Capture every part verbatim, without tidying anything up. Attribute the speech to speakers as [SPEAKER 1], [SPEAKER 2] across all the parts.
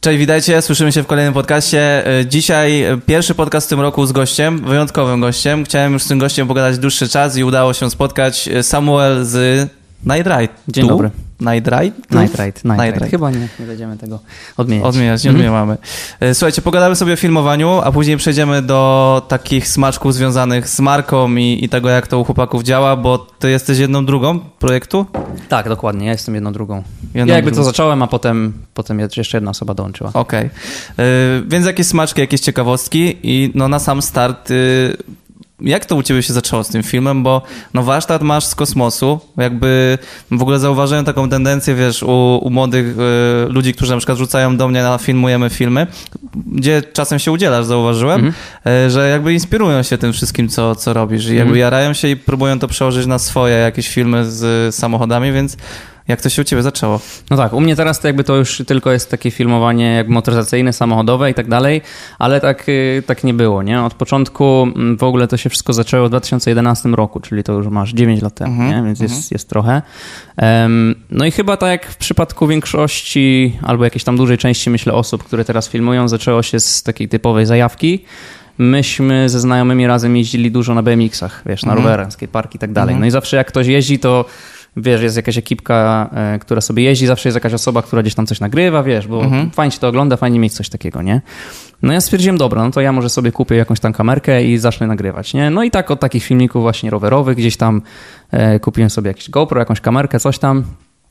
[SPEAKER 1] Cześć, witajcie, słyszymy się w kolejnym podcaście. Dzisiaj pierwszy podcast w tym roku z gościem, wyjątkowym gościem. Chciałem już z tym gościem pogadać dłuższy czas i udało się spotkać. Samuel z Night Ride.
[SPEAKER 2] Dzień
[SPEAKER 1] tu?
[SPEAKER 2] dobry.
[SPEAKER 1] Night Ride?
[SPEAKER 2] Night Ride, Night
[SPEAKER 1] Night
[SPEAKER 2] Ride.
[SPEAKER 1] Ride.
[SPEAKER 2] Chyba nie, nie będziemy tego odmieniać.
[SPEAKER 1] Odmieniać, nie
[SPEAKER 2] Mhm.
[SPEAKER 1] odmieniamy. Słuchajcie, pogadamy sobie o filmowaniu, a później przejdziemy do takich smaczków związanych z marką i, i tego, jak to u chłopaków działa, bo ty jesteś jedną drugą projektu?
[SPEAKER 2] Tak, dokładnie, ja jestem jedną drugą.
[SPEAKER 1] Jedną
[SPEAKER 2] ja jakby
[SPEAKER 1] drugą.
[SPEAKER 2] to zacząłem, a potem, potem jeszcze jedna osoba dołączyła.
[SPEAKER 1] Okej. Okay. Więc jakieś smaczki, jakieś ciekawostki i no na sam start... Y, jak to u ciebie się zaczęło z tym filmem? Bo no warsztat masz z kosmosu, jakby w ogóle zauważyłem taką tendencję, wiesz, u, u młodych y, ludzi, którzy na przykład rzucają do mnie na filmujemy filmy, gdzie czasem się udzielasz, zauważyłem, mm-hmm. y, że jakby inspirują się tym wszystkim, co, co robisz i jakby mm-hmm. jarają się i próbują to przełożyć na swoje jakieś filmy z samochodami, więc jak to się u ciebie zaczęło?
[SPEAKER 2] No tak, u mnie teraz to jakby to już tylko jest takie filmowanie jakby motoryzacyjne, samochodowe i tak dalej, ale tak, tak nie było, nie? Od początku w ogóle to się wszystko zaczęło w dwa tysiące jedenastym roku, czyli to już masz dziewięć lat temu, mm-hmm. nie? Więc mm-hmm. jest, jest trochę. Um, no i chyba tak jak w przypadku większości albo jakiejś tam dużej części, myślę, osób, które teraz filmują, zaczęło się z takiej typowej zajawki. Myśmy ze znajomymi razem jeździli dużo na B M X-ach, wiesz, na mm-hmm. rowerach, skateparki i tak dalej. Mm-hmm. No i zawsze jak ktoś jeździ, to wiesz, jest jakaś ekipka, e, która sobie jeździ, zawsze jest jakaś osoba, która gdzieś tam coś nagrywa, wiesz, bo mhm. fajnie się to ogląda, fajnie mieć coś takiego, nie? No ja stwierdziłem, dobra, no to ja może sobie kupię jakąś tam kamerkę i zacznę nagrywać, nie? No i tak od takich filmików właśnie rowerowych gdzieś tam e, kupiłem sobie jakieś GoPro, jakąś kamerkę, coś tam.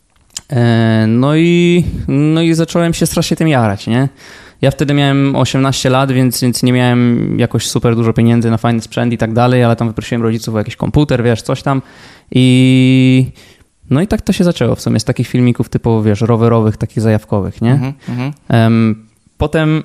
[SPEAKER 2] E, no i, no i zacząłem się strasznie tym jarać, nie? Ja wtedy miałem osiemnaście lat, więc, więc nie miałem jakoś super dużo pieniędzy na fajny sprzęt i tak dalej, ale tam wyprosiłem rodziców o jakiś komputer, wiesz, coś tam i no i tak to się zaczęło w sumie z takich filmików typowo, wiesz, rowerowych, takich zajawkowych, nie? Mm-hmm. Um, potem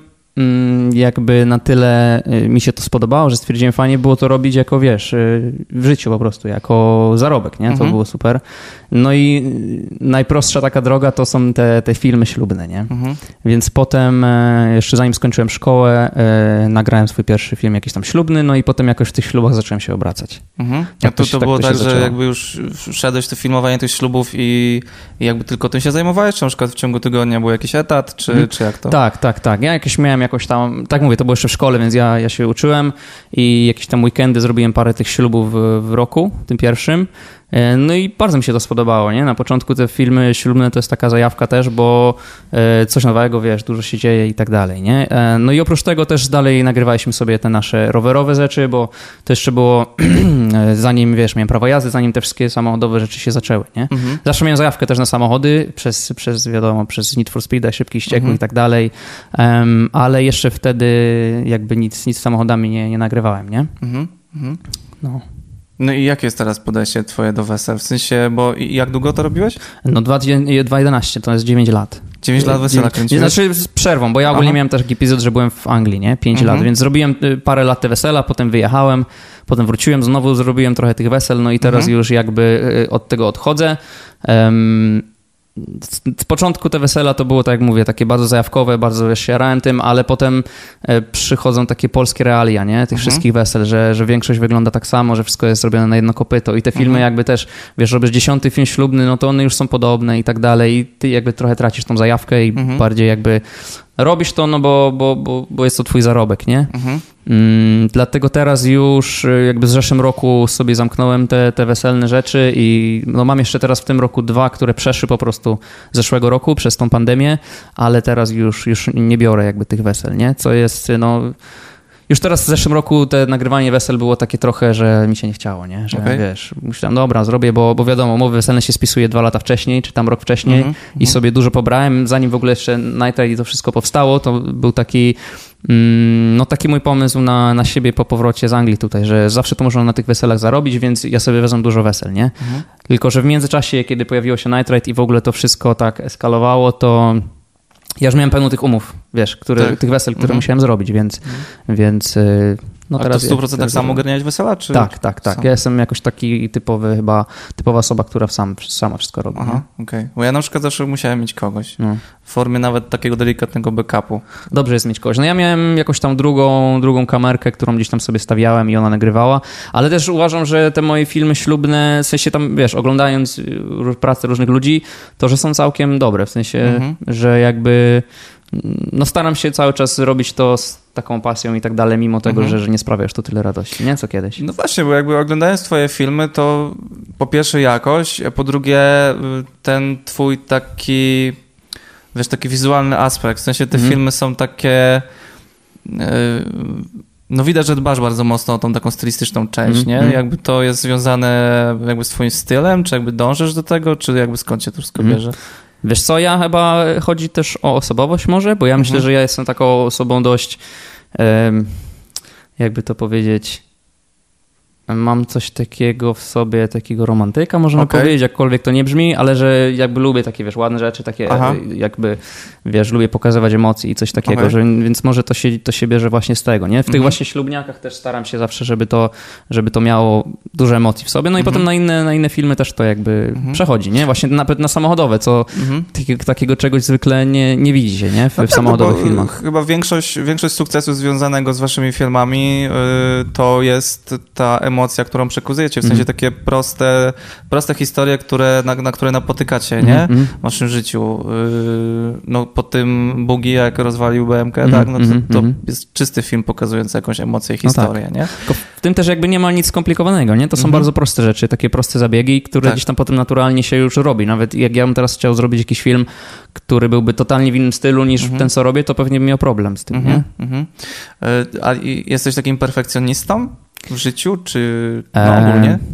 [SPEAKER 2] jakby na tyle mi się to spodobało, że stwierdziłem, fajnie było to robić jako, wiesz, w życiu po prostu, jako zarobek, nie? To mhm. było super. No i najprostsza taka droga to są te, te filmy ślubne, nie? Mhm. Więc potem, jeszcze zanim skończyłem szkołę, nagrałem swój pierwszy film jakiś tam ślubny, no i potem jakoś w tych ślubach zacząłem się obracać.
[SPEAKER 1] Mhm. A to, to, to było tak, tak że jakby już wszedłeś w to filmowanie tych ślubów i, i jakby tylko tym się zajmowałeś, czy na przykład w ciągu tygodnia był jakiś etat, czy, mhm. czy jak to?
[SPEAKER 2] Tak, tak, tak. Ja jakieś miałem jakoś tam, tak mówię, to było jeszcze w szkole, więc ja, ja się uczyłem i jakieś tam weekendy zrobiłem parę tych ślubów w, w roku, tym pierwszym. No i bardzo mi się to spodobało, nie? Na początku te filmy ślubne to jest taka zajawka też, bo coś nowego, wiesz, dużo się dzieje i tak dalej, nie? No i oprócz tego też dalej nagrywaliśmy sobie te nasze rowerowe rzeczy, bo to jeszcze było zanim, wiesz, miałem prawo jazdy, zanim te wszystkie samochodowe rzeczy się zaczęły, nie? Mhm. Zawsze miałem zajawkę też na samochody, przez, przez wiadomo, przez Need for Speed, szybki ściekły mhm. i tak dalej, um, ale jeszcze wtedy jakby nic, nic z samochodami nie, nie nagrywałem, nie? Mhm. Mhm. No.
[SPEAKER 1] No i jakie jest teraz podejście twoje do wesel? W sensie, bo jak długo to robiłeś?
[SPEAKER 2] No dwa tysiące jedenaście, to jest dziewięć lat.
[SPEAKER 1] dziewięć lat wesela kręciłeś?
[SPEAKER 2] Znaczy z przerwą, bo ja ogólnie Aha. miałem też taki epizod, że byłem w Anglii, nie? pięć mhm. lat, więc zrobiłem parę lat te wesela, potem wyjechałem, potem wróciłem, znowu zrobiłem trochę tych wesel, no i teraz mhm. już jakby od tego odchodzę. Um, Z początku te wesela to było, tak jak mówię, takie bardzo zajawkowe, bardzo wiesz, się jarałem tym, ale potem e, przychodzą takie polskie realia, nie? Tych mhm. wszystkich wesel, że, że większość wygląda tak samo, że wszystko jest zrobione na jedno kopyto i te filmy mhm. jakby też, wiesz, robisz dziesiąty film ślubny, no to one już są podobne i tak dalej i ty jakby trochę tracisz tą zajawkę i mhm. bardziej jakby robisz to, no bo, bo, bo, bo jest to twój zarobek, nie? Mhm. Mm, dlatego teraz już jakby w zeszłym roku sobie zamknąłem te, te weselne rzeczy i no mam jeszcze teraz w tym roku dwa, które przeszły po prostu zeszłego roku przez tą pandemię, ale teraz już, już nie biorę jakby tych wesel, nie? Co jest, no... Już teraz w zeszłym roku te nagrywanie wesel było takie trochę, że mi się nie chciało, nie? Że okay. wiesz, myślałem, dobra, zrobię, bo, bo wiadomo, umowy weselne się spisuje dwa lata wcześniej, czy tam rok wcześniej mm-hmm, i mm-hmm. sobie dużo pobrałem. Zanim w ogóle jeszcze Night Ride i to wszystko powstało, to był taki, mm, no taki mój pomysł na, na siebie po powrocie z Anglii tutaj, że zawsze to można na tych weselach zarobić, więc ja sobie wezmę dużo wesel, nie? Mm-hmm. Tylko, że w międzyczasie, kiedy pojawiło się Night Ride i w ogóle to wszystko tak eskalowało, to ja już miałem pełno tych umów, wiesz, które, tak. tych wesel, które mhm. musiałem zrobić, więc, mhm. więc no
[SPEAKER 1] A
[SPEAKER 2] teraz...
[SPEAKER 1] to w stu procentach sam ogarniałeś wesela, czy...
[SPEAKER 2] Tak, tak, tak. Sam? Ja jestem jakoś taki typowy chyba, typowa osoba, która sam, sama wszystko robi.
[SPEAKER 1] Aha, okej. Okay. Bo ja na przykład zawsze musiałem mieć kogoś. No. W formie nawet takiego delikatnego backupu.
[SPEAKER 2] Dobrze jest mieć kogoś. No ja miałem jakąś tam drugą, drugą kamerkę, którą gdzieś tam sobie stawiałem i ona nagrywała, ale też uważam, że te moje filmy ślubne, w sensie tam, wiesz, oglądając pracę różnych ludzi, to, że są całkiem dobre, w sensie, mhm. że jakby no staram się cały czas robić to z taką pasją i tak dalej, mimo tego, mhm. że, że nie sprawiasz to tyle radości, nie? Co kiedyś.
[SPEAKER 1] No właśnie, bo jakby oglądając twoje filmy, to po pierwsze jakość, a po drugie ten twój taki, wiesz, taki wizualny aspekt. W sensie te mhm. filmy są takie... Yy, no widać, że dbasz bardzo mocno o tą taką stylistyczną część, mm, nie? Mm. Jakby to jest związane jakby z twoim stylem, czy jakby dążysz do tego, czy jakby skąd się to wszystko mm. bierze?
[SPEAKER 2] Wiesz co, ja chyba chodzi też o osobowość może, bo ja mm-hmm. myślę, że ja jestem taką osobą dość, um, jakby to powiedzieć, mam coś takiego w sobie, takiego romantyka, można okay. powiedzieć, jakkolwiek to nie brzmi, ale że jakby lubię takie, wiesz, ładne rzeczy, takie Aha. jakby, wiesz, lubię pokazywać emocje i coś takiego, okay. że, więc może to się, to się bierze właśnie z tego, nie? W tych mhm. właśnie ślubniakach też staram się zawsze, żeby to, żeby to miało dużo emocji w sobie, no i mhm. potem na inne, na inne filmy też to jakby mhm. przechodzi, nie? Właśnie nawet na samochodowe, co mhm. takiego, takiego czegoś zwykle nie, nie widzi się, nie? W, no w tak, samochodowych filmach.
[SPEAKER 1] Chyba większość, większość sukcesu związanego z waszymi filmami yy, to jest ta emocja, emocja, którą przekazujecie, w sensie mm. takie proste, proste historie, które, na, na które napotykacie, nie? Mm. w waszym życiu. Yy, no po tym Bugi, jak rozwalił B M K, mm. tak? No to, to mm. jest czysty film pokazujący jakąś emocję i historię, no tak. nie?
[SPEAKER 2] Tylko w tym też jakby nie ma nic skomplikowanego, nie? To są mm. bardzo proste rzeczy, takie proste zabiegi, które tak. gdzieś tam potem naturalnie się już robi. Nawet jak ja bym teraz chciał zrobić jakiś film, który byłby totalnie w innym stylu niż mm. ten, co robię, to pewnie bym miał problem z tym, mm. nie? Mm.
[SPEAKER 1] Yy, a jesteś takim perfekcjonistą w życiu, czy no, ogólnie?
[SPEAKER 2] E,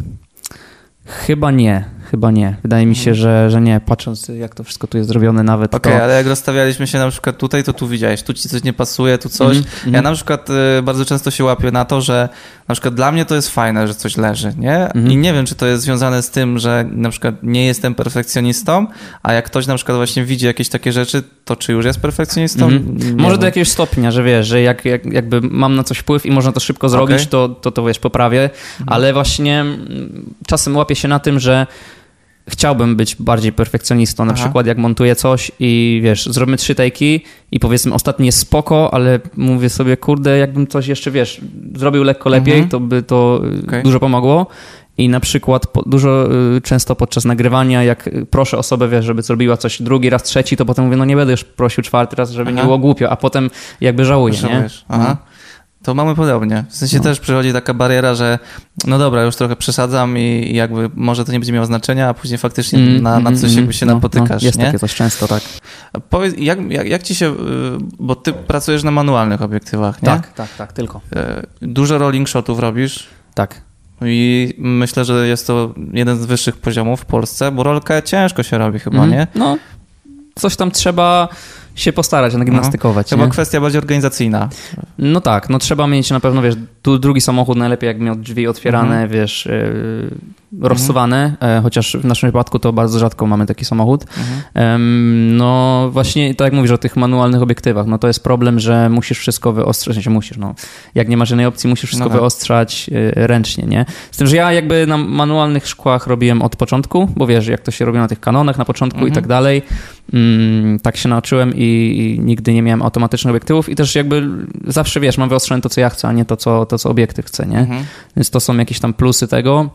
[SPEAKER 2] chyba nie, chyba nie. Wydaje mi się, mhm. że, że nie, patrząc jak to wszystko tu jest zrobione nawet.
[SPEAKER 1] Okej,
[SPEAKER 2] okay,
[SPEAKER 1] to... ale jak rozstawialiśmy się na przykład tutaj, to tu widziałeś, tu ci coś nie pasuje, tu coś. Mm-hmm. Ja na przykład y, bardzo często się łapię na to, że na przykład dla mnie to jest fajne, że coś leży, nie? Mm-hmm. I nie wiem, czy to jest związane z tym, że na przykład nie jestem perfekcjonistą, a jak ktoś na przykład właśnie widzi jakieś takie rzeczy, to czy już jest perfekcjonistą?
[SPEAKER 2] Mm-hmm. Może wiem. Do jakiegoś stopnia, że wiesz, że jak, jak jakby mam na coś wpływ i można to szybko zrobić, okay. to, to to wiesz, poprawię, mm-hmm. ale właśnie czasem łapię się na tym, że chciałbym być bardziej perfekcjonistą, na Aha. przykład jak montuję coś i wiesz, zrobimy trzy take'i i powiedzmy ostatni jest spoko, ale mówię sobie, kurde, jakbym coś jeszcze, wiesz, zrobił lekko lepiej, mhm. to by to okay. dużo pomogło. I na przykład po, dużo często podczas nagrywania, jak proszę osobę, wiesz, żeby zrobiła coś drugi raz, trzeci, to potem mówię, no nie będę już prosił czwarty raz, żeby Aha. nie było głupio, a potem jakby żałuję, nie?
[SPEAKER 1] Aha. To mamy podobnie. W sensie no. też przychodzi taka bariera, że no dobra, już trochę przesadzam i jakby może to nie będzie miało znaczenia, a później faktycznie mm, na, na coś mm, jakby się no, napotykasz,
[SPEAKER 2] no, jest
[SPEAKER 1] nie?
[SPEAKER 2] takie coś często, tak.
[SPEAKER 1] Powiedz, jak, jak, jak ci się, bo ty pracujesz na manualnych obiektywach, nie?
[SPEAKER 2] Tak, tak, tak, tylko.
[SPEAKER 1] Dużo rolling shotów robisz?
[SPEAKER 2] Tak.
[SPEAKER 1] I myślę, że jest to jeden z wyższych poziomów w Polsce, bo rolkę ciężko się robi chyba, mm, nie?
[SPEAKER 2] No, coś tam trzeba się postarać, nagimnastykować.
[SPEAKER 1] No, chyba
[SPEAKER 2] nie?
[SPEAKER 1] kwestia bardziej organizacyjna.
[SPEAKER 2] No tak, no trzeba mieć na pewno, wiesz, tu drugi samochód najlepiej jak miał drzwi otwierane, mhm. wiesz, yy, rozsuwane, mhm. yy, chociaż w naszym wypadku to bardzo rzadko mamy taki samochód. Mhm. Yy, no właśnie, tak jak mówisz o tych manualnych obiektywach, no to jest problem, że musisz wszystko wyostrzać, znaczy musisz, no jak nie masz żadnej opcji, musisz wszystko no tak. wyostrzać yy, ręcznie, nie? Z tym, że ja jakby na manualnych szkłach robiłem od początku, bo wiesz, jak to się robi na tych kanonach na początku mhm. i tak dalej, yy, tak się nauczyłem i i nigdy nie miałem automatycznych obiektywów i też jakby zawsze, wiesz, mam wyostrzone to, co ja chcę, a nie to, co, to, co obiektyw chce, nie? Mhm. Więc to są jakieś tam plusy tego.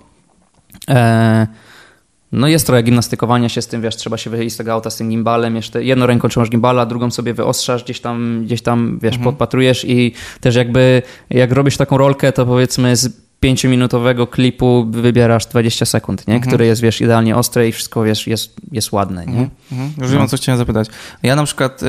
[SPEAKER 2] E, no jest trochę gimnastykowania się z tym, wiesz, trzeba się wyjść z tego auta z tym gimbalem, jeszcze jedną ręką trzymasz gimbala, drugą sobie wyostrzasz, gdzieś tam, gdzieś tam, wiesz, mhm. podpatrujesz i też jakby, jak robisz taką rolkę, to powiedzmy z pięciominutowego klipu wybierasz dwadzieścia sekund, nie? Mhm. Który jest, wiesz, idealnie ostry i wszystko, wiesz, jest, jest ładne, nie?
[SPEAKER 1] Mhm. Mhm. Już wiem, no. o co chciałem zapytać. Ja na przykład... Y-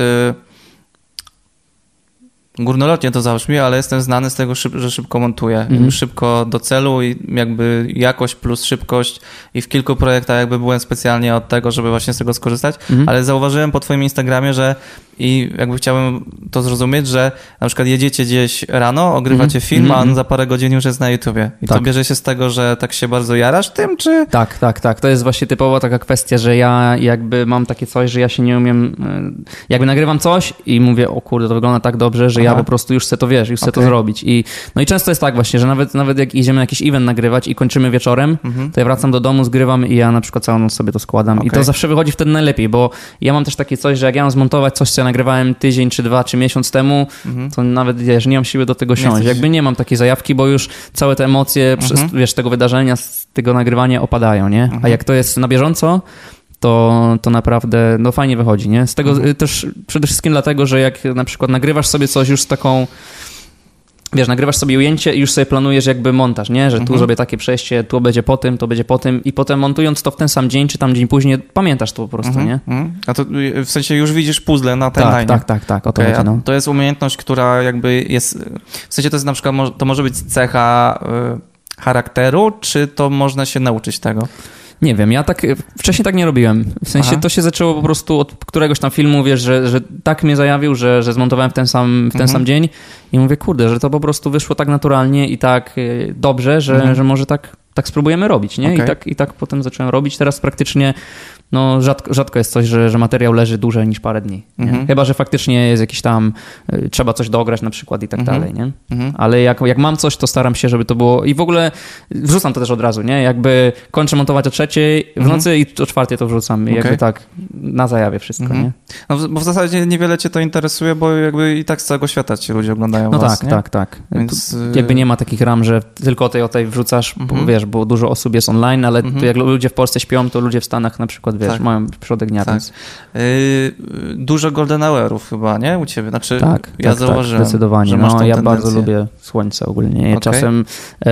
[SPEAKER 1] Górnolotnie to zabrzmi, ale jestem znany z tego, że szybko montuję. Mm. Szybko do celu i jakby jakość plus szybkość i w kilku projektach jakby byłem specjalnie od tego, żeby właśnie z tego skorzystać, mm. ale zauważyłem po twoim Instagramie, że i jakby chciałem to zrozumieć, że na przykład jedziecie gdzieś rano, ogrywacie mm. film, mm. a on za parę godzin już jest na YouTubie. I tak. to bierze się z tego, że tak się bardzo jarasz tym, czy...
[SPEAKER 2] Tak, tak, tak. To jest właśnie typowo taka kwestia, że ja jakby mam takie coś, że ja się nie umiem... Jakby nagrywam coś i mówię, o kurde, to wygląda tak dobrze, że Aha. ja po prostu już chcę to, wiesz, już chcę okay. to zrobić. I, no i często jest tak właśnie, że nawet, nawet jak idziemy na jakiś event nagrywać i kończymy wieczorem, mm-hmm. to ja wracam do domu, zgrywam i ja na przykład całą noc sobie to składam. Okay. I to zawsze wychodzi wtedy najlepiej, bo ja mam też takie coś, że jak ja mam zmontować coś, co ja nagrywałem tydzień, czy dwa, czy miesiąc temu, mm-hmm. to nawet, wiesz, nie mam siły do tego siąść. Nie jakby nie mam takiej zajawki, bo już całe te emocje, mm-hmm. przez, wiesz, tego wydarzenia, z tego nagrywania opadają, nie? Mm-hmm. A jak to jest na bieżąco, to, to naprawdę no, fajnie wychodzi, nie? Z tego mhm. też przede wszystkim dlatego, że jak na przykład nagrywasz sobie coś już z taką, wiesz, nagrywasz sobie ujęcie i już sobie planujesz jakby montaż, nie? Że tu mhm. zrobię takie przejście, tu będzie po tym, to będzie po tym i potem montując to w ten sam dzień, czy tam dzień później, pamiętasz to po prostu, mhm. nie?
[SPEAKER 1] Mhm. A to w sensie już widzisz puzzle na timeline.
[SPEAKER 2] Tak, tak, tak, tak, o to
[SPEAKER 1] okay,
[SPEAKER 2] chodzi, no.
[SPEAKER 1] To jest umiejętność, która jakby jest, w sensie to jest na przykład, to może być cecha y, charakteru, czy to można się nauczyć tego?
[SPEAKER 2] Nie wiem, ja tak wcześniej tak nie robiłem. W sensie Aha. to się zaczęło po prostu od któregoś tam filmu, wiesz, że, że tak mnie zajawił, że, że zmontowałem w ten sam, w ten mhm. sam dzień i mówię, kurde, że to po prostu wyszło tak naturalnie i tak dobrze, że, mhm. że może tak, tak spróbujemy robić, nie? Okay. I, tak, I tak potem zacząłem robić. Teraz praktycznie no rzadko, rzadko jest coś, że, że materiał leży dłużej niż parę dni. Mhm. Chyba, że faktycznie jest jakiś tam, y, trzeba coś dograć na przykład i tak mhm. dalej, nie? Mhm. Ale jak, jak mam coś, to staram się, żeby to było i w ogóle wrzucam to też od razu, nie? Jakby kończę montować o trzeciej w mhm. nocy i o czwartej to wrzucam. Okay. Jakby tak na zajawie wszystko, mhm. nie?
[SPEAKER 1] No bo w zasadzie niewiele cię to interesuje, bo jakby i tak z całego świata ci ludzie oglądają
[SPEAKER 2] no
[SPEAKER 1] was,
[SPEAKER 2] tak,
[SPEAKER 1] nie?
[SPEAKER 2] tak, tak.
[SPEAKER 1] Więc...
[SPEAKER 2] Jakby nie ma takich ram, że tylko o tej, o tej wrzucasz, mhm. bo wiesz, bo dużo osób jest online, ale mhm. jak ludzie w Polsce śpią, to ludzie w Stanach na przykład, wiesz, tak. mają przodek dnia. Tak. Więc...
[SPEAKER 1] Yy, dużo golden hourów chyba, nie? U ciebie? Znaczy,
[SPEAKER 2] tak,
[SPEAKER 1] ja
[SPEAKER 2] tak,
[SPEAKER 1] zauważyłem,
[SPEAKER 2] tak, zdecydowanie.
[SPEAKER 1] że masz
[SPEAKER 2] no, ja
[SPEAKER 1] tendencję.
[SPEAKER 2] bardzo lubię słońce ogólnie. Ja
[SPEAKER 1] okay.
[SPEAKER 2] czasem...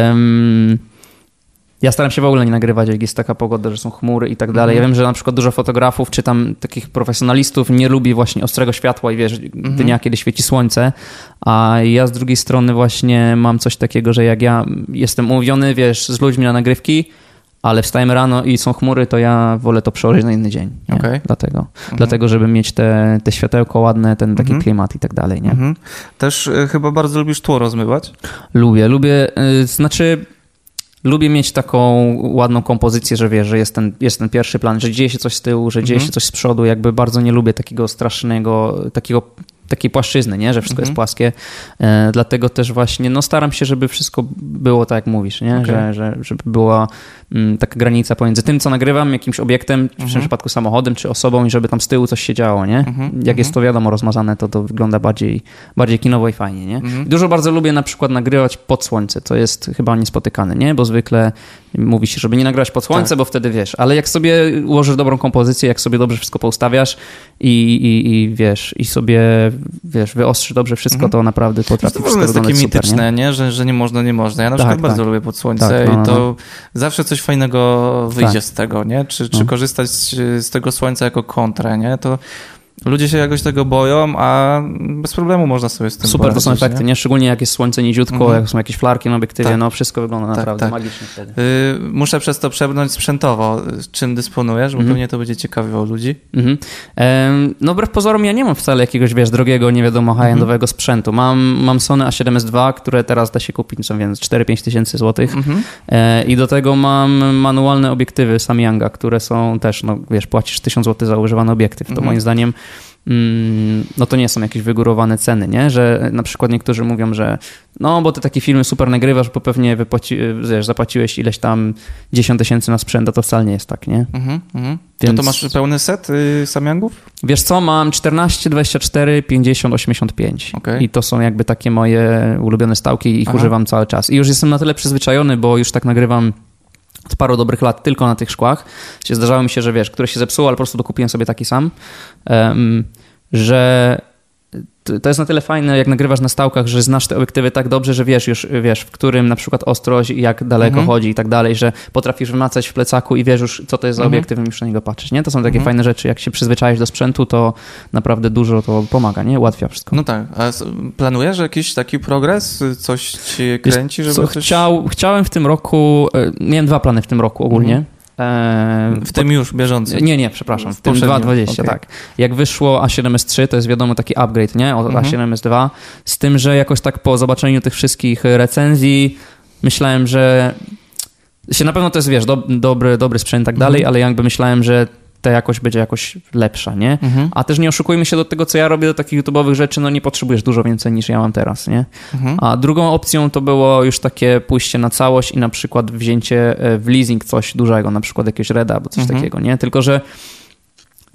[SPEAKER 2] Um, ja staram się w ogóle nie nagrywać, jak jest taka pogoda, że są chmury i tak dalej. Ja wiem, że na przykład dużo fotografów, czy tam takich profesjonalistów nie lubi właśnie ostrego światła i wiesz, mm-hmm. dnia, kiedy świeci słońce, a ja z drugiej strony właśnie mam coś takiego, że jak ja jestem umówiony, wiesz, z ludźmi na nagrywki, ale wstajemy rano i są chmury, to ja wolę to przełożyć na inny dzień. Nie? Okay. Dlatego. Mhm. Dlatego, żeby mieć te, te światełko ładne, ten taki mhm. klimat i tak dalej. Nie? Mhm.
[SPEAKER 1] Też y, chyba bardzo lubisz tło rozmywać?
[SPEAKER 2] Lubię. Lubię, y, znaczy... Lubię mieć taką ładną kompozycję, że wiesz, że jest ten, jest ten pierwszy plan, że dzieje się coś z tyłu, że dzieje mhm. się coś z przodu. Jakby bardzo nie lubię takiego strasznego, takiego, takiej płaszczyzny, nie? Że wszystko mhm. jest płaskie. E, dlatego też właśnie no, staram się, żeby wszystko było tak, jak mówisz, nie? Okay. Że, że, żeby była m, taka granica pomiędzy tym, co nagrywam, jakimś obiektem, mhm. w tym przypadku samochodem czy osobą i żeby tam z tyłu coś się działo, nie? Mhm. Jak mhm. jest to wiadomo rozmazane, to to wygląda bardziej, bardziej kinowo i fajnie, nie? Mhm. Dużo bardzo lubię na przykład nagrywać pod słońce, to jest chyba niespotykane, nie? Bo zwykle mówi się, żeby nie nagrywać pod słońce, tak. bo wtedy wiesz, ale jak sobie ułożysz dobrą kompozycję, jak sobie dobrze wszystko poustawiasz i, i, i wiesz, i sobie wiesz, wyostrzysz dobrze wszystko, mhm. to naprawdę potrafi
[SPEAKER 1] to
[SPEAKER 2] wszystko
[SPEAKER 1] jest takie
[SPEAKER 2] super,
[SPEAKER 1] mityczne, nie? nie? Że, że nie można, nie można. Ja na
[SPEAKER 2] tak,
[SPEAKER 1] przykład
[SPEAKER 2] tak.
[SPEAKER 1] bardzo lubię pod słońce tak, no, i to no. zawsze coś fajnego wyjdzie tak. z tego, nie? Czy, czy no. korzystać z tego słońca jako kontrę, nie? To ludzie się jakoś tego boją, a bez problemu można sobie z tym
[SPEAKER 2] Super,
[SPEAKER 1] poradzić,
[SPEAKER 2] to są efekty, nie? nie? Szczególnie jak jest słońce niziutko, mm-hmm. jak są jakieś flarki na obiektywie,
[SPEAKER 1] tak.
[SPEAKER 2] no wszystko wygląda
[SPEAKER 1] tak,
[SPEAKER 2] naprawdę
[SPEAKER 1] tak.
[SPEAKER 2] magicznie wtedy.
[SPEAKER 1] Yy, muszę przez to przebrnąć sprzętowo. Czym dysponujesz? Bo mm-hmm. pewnie to będzie ciekawiło ludzi. Mm-hmm.
[SPEAKER 2] Ehm, no wbrew pozorom ja nie mam wcale jakiegoś, wiesz, drogiego, nie wiadomo, high-endowego mm-hmm. sprzętu. Mam, mam Sony A siedem S dwa, które teraz da się kupić, co więc cztery pięć tysięcy złotych mm-hmm. e, i do tego mam manualne obiektywy Samyanga, które są też, no wiesz, płacisz tysiąc złotych za używany obiektyw. To mm-hmm. moim zdaniem no to nie są jakieś wygórowane ceny, nie? Że na przykład niektórzy mówią, że no bo ty takie filmy super nagrywasz, bo pewnie wypłaci, wiesz, zapłaciłeś ileś tam dziesięć tysięcy na sprzęt, a to wcale nie jest tak, nie? Mhm, mhm.
[SPEAKER 1] Więc... To, to masz pełny set y, Samyangów?
[SPEAKER 2] Wiesz co, mam czternaście, dwadzieścia cztery, pięćdziesiąt, osiemdziesiąt pięć
[SPEAKER 1] okay.
[SPEAKER 2] i to są jakby takie moje ulubione stałki i ich Aha. używam cały czas. I już jestem na tyle przyzwyczajony, bo już tak nagrywam od paru dobrych lat tylko na tych szkłach. Zdarzało mi się, że wiesz, które się zepsuło, ale po prostu dokupiłem sobie taki sam, um, że to jest na tyle fajne, jak nagrywasz na stałkach, że znasz te obiektywy tak dobrze, że wiesz już, wiesz, w którym na przykład ostrość i jak daleko mhm. chodzi i tak dalej, że potrafisz wymacać w plecaku i wiesz już, co to jest za
[SPEAKER 1] mhm.
[SPEAKER 2] obiektyw i już na niego patrzysz, nie? To są takie
[SPEAKER 1] mhm.
[SPEAKER 2] fajne rzeczy. Jak się przyzwyczaisz do sprzętu, to naprawdę dużo to pomaga, nie? Ułatwia wszystko.
[SPEAKER 1] No tak. A planujesz jakiś taki progres? Coś ci kręci, żeby
[SPEAKER 2] co,
[SPEAKER 1] coś...
[SPEAKER 2] Chciał, chciałem w tym roku, miałem dwa plany w tym roku ogólnie. Mhm.
[SPEAKER 1] W tym już bieżącym.
[SPEAKER 2] Nie, nie, przepraszam. W tym dwa tysiące dwudziestym, okay. tak. Jak wyszło A siedem S trzy, to jest wiadomo taki upgrade, nie? Od mhm. A siedem S dwa. Z tym, że jakoś tak po zobaczeniu tych wszystkich recenzji myślałem, że się na pewno to jest, wiesz, do, dobry, dobry sprzęt i tak dalej, mhm. ale jakby myślałem, że ta jakość będzie jakoś lepsza, nie? Mhm. A też nie oszukujmy się do tego, co ja robię, do takich YouTube'owych rzeczy, no nie potrzebujesz dużo więcej niż ja mam teraz, nie? Mhm. A drugą opcją to było już takie pójście na całość i na przykład wzięcie w leasing coś dużego, na przykład jakiegoś Reda albo coś mhm. takiego, nie? Tylko, że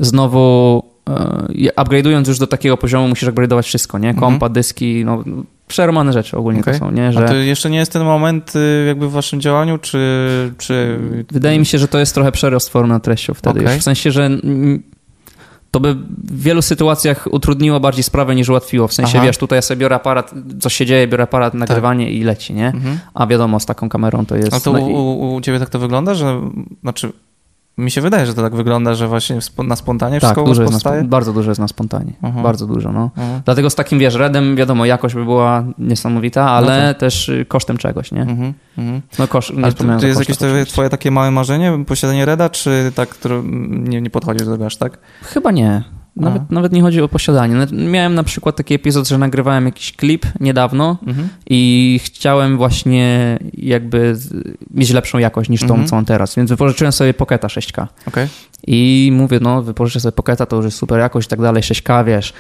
[SPEAKER 2] znowu e, upgrade'ując już do takiego poziomu musisz upgrade'ować wszystko, nie? Kompa, mhm. dyski, no przeromane rzeczy ogólnie okay. to są, nie? Że...
[SPEAKER 1] A to jeszcze nie jest ten moment y, jakby w waszym działaniu, czy... czy...
[SPEAKER 2] Wydaje mi się, że to jest trochę przerost formy na treścią wtedy. Okay. Już w sensie, że to by w wielu sytuacjach utrudniło bardziej sprawę niż ułatwiło. W sensie, Aha. wiesz, tutaj ja sobie biorę aparat, coś się dzieje, biorę aparat, nagrywanie tak. i leci, nie? Mhm. A wiadomo, z taką kamerą to jest...
[SPEAKER 1] A to u, u ciebie tak to wygląda, że... Znaczy... Mi się wydaje, że to tak wygląda, że właśnie na spontanie wszystko
[SPEAKER 2] tak, dużo jest
[SPEAKER 1] powstaje?
[SPEAKER 2] Na, bardzo dużo jest na spontanie. Uh-huh. Bardzo dużo, no. Uh-huh. Dlatego z takim, wiesz, redem, wiadomo, jakość by była niesamowita, ale no to... też kosztem czegoś, nie? Uh-huh. Uh-huh. No koszt, nie
[SPEAKER 1] wspomniałem. To jest jakieś twoje, twoje takie małe marzenie, posiadanie reda, czy tak, które nie, nie podchodzisz do tego aż tak?
[SPEAKER 2] Chyba nie. Nawet, nawet nie chodzi o posiadanie. Miałem na przykład taki epizod, że nagrywałem jakiś klip niedawno mhm. i chciałem właśnie jakby mieć lepszą jakość niż tą, mhm. co mam teraz. Więc wypożyczyłem sobie Pocketa sześć K.
[SPEAKER 1] Okay.
[SPEAKER 2] I mówię, no wypożyczę sobie Pocketa, to już jest super jakość i tak dalej, sześć K, wiesz.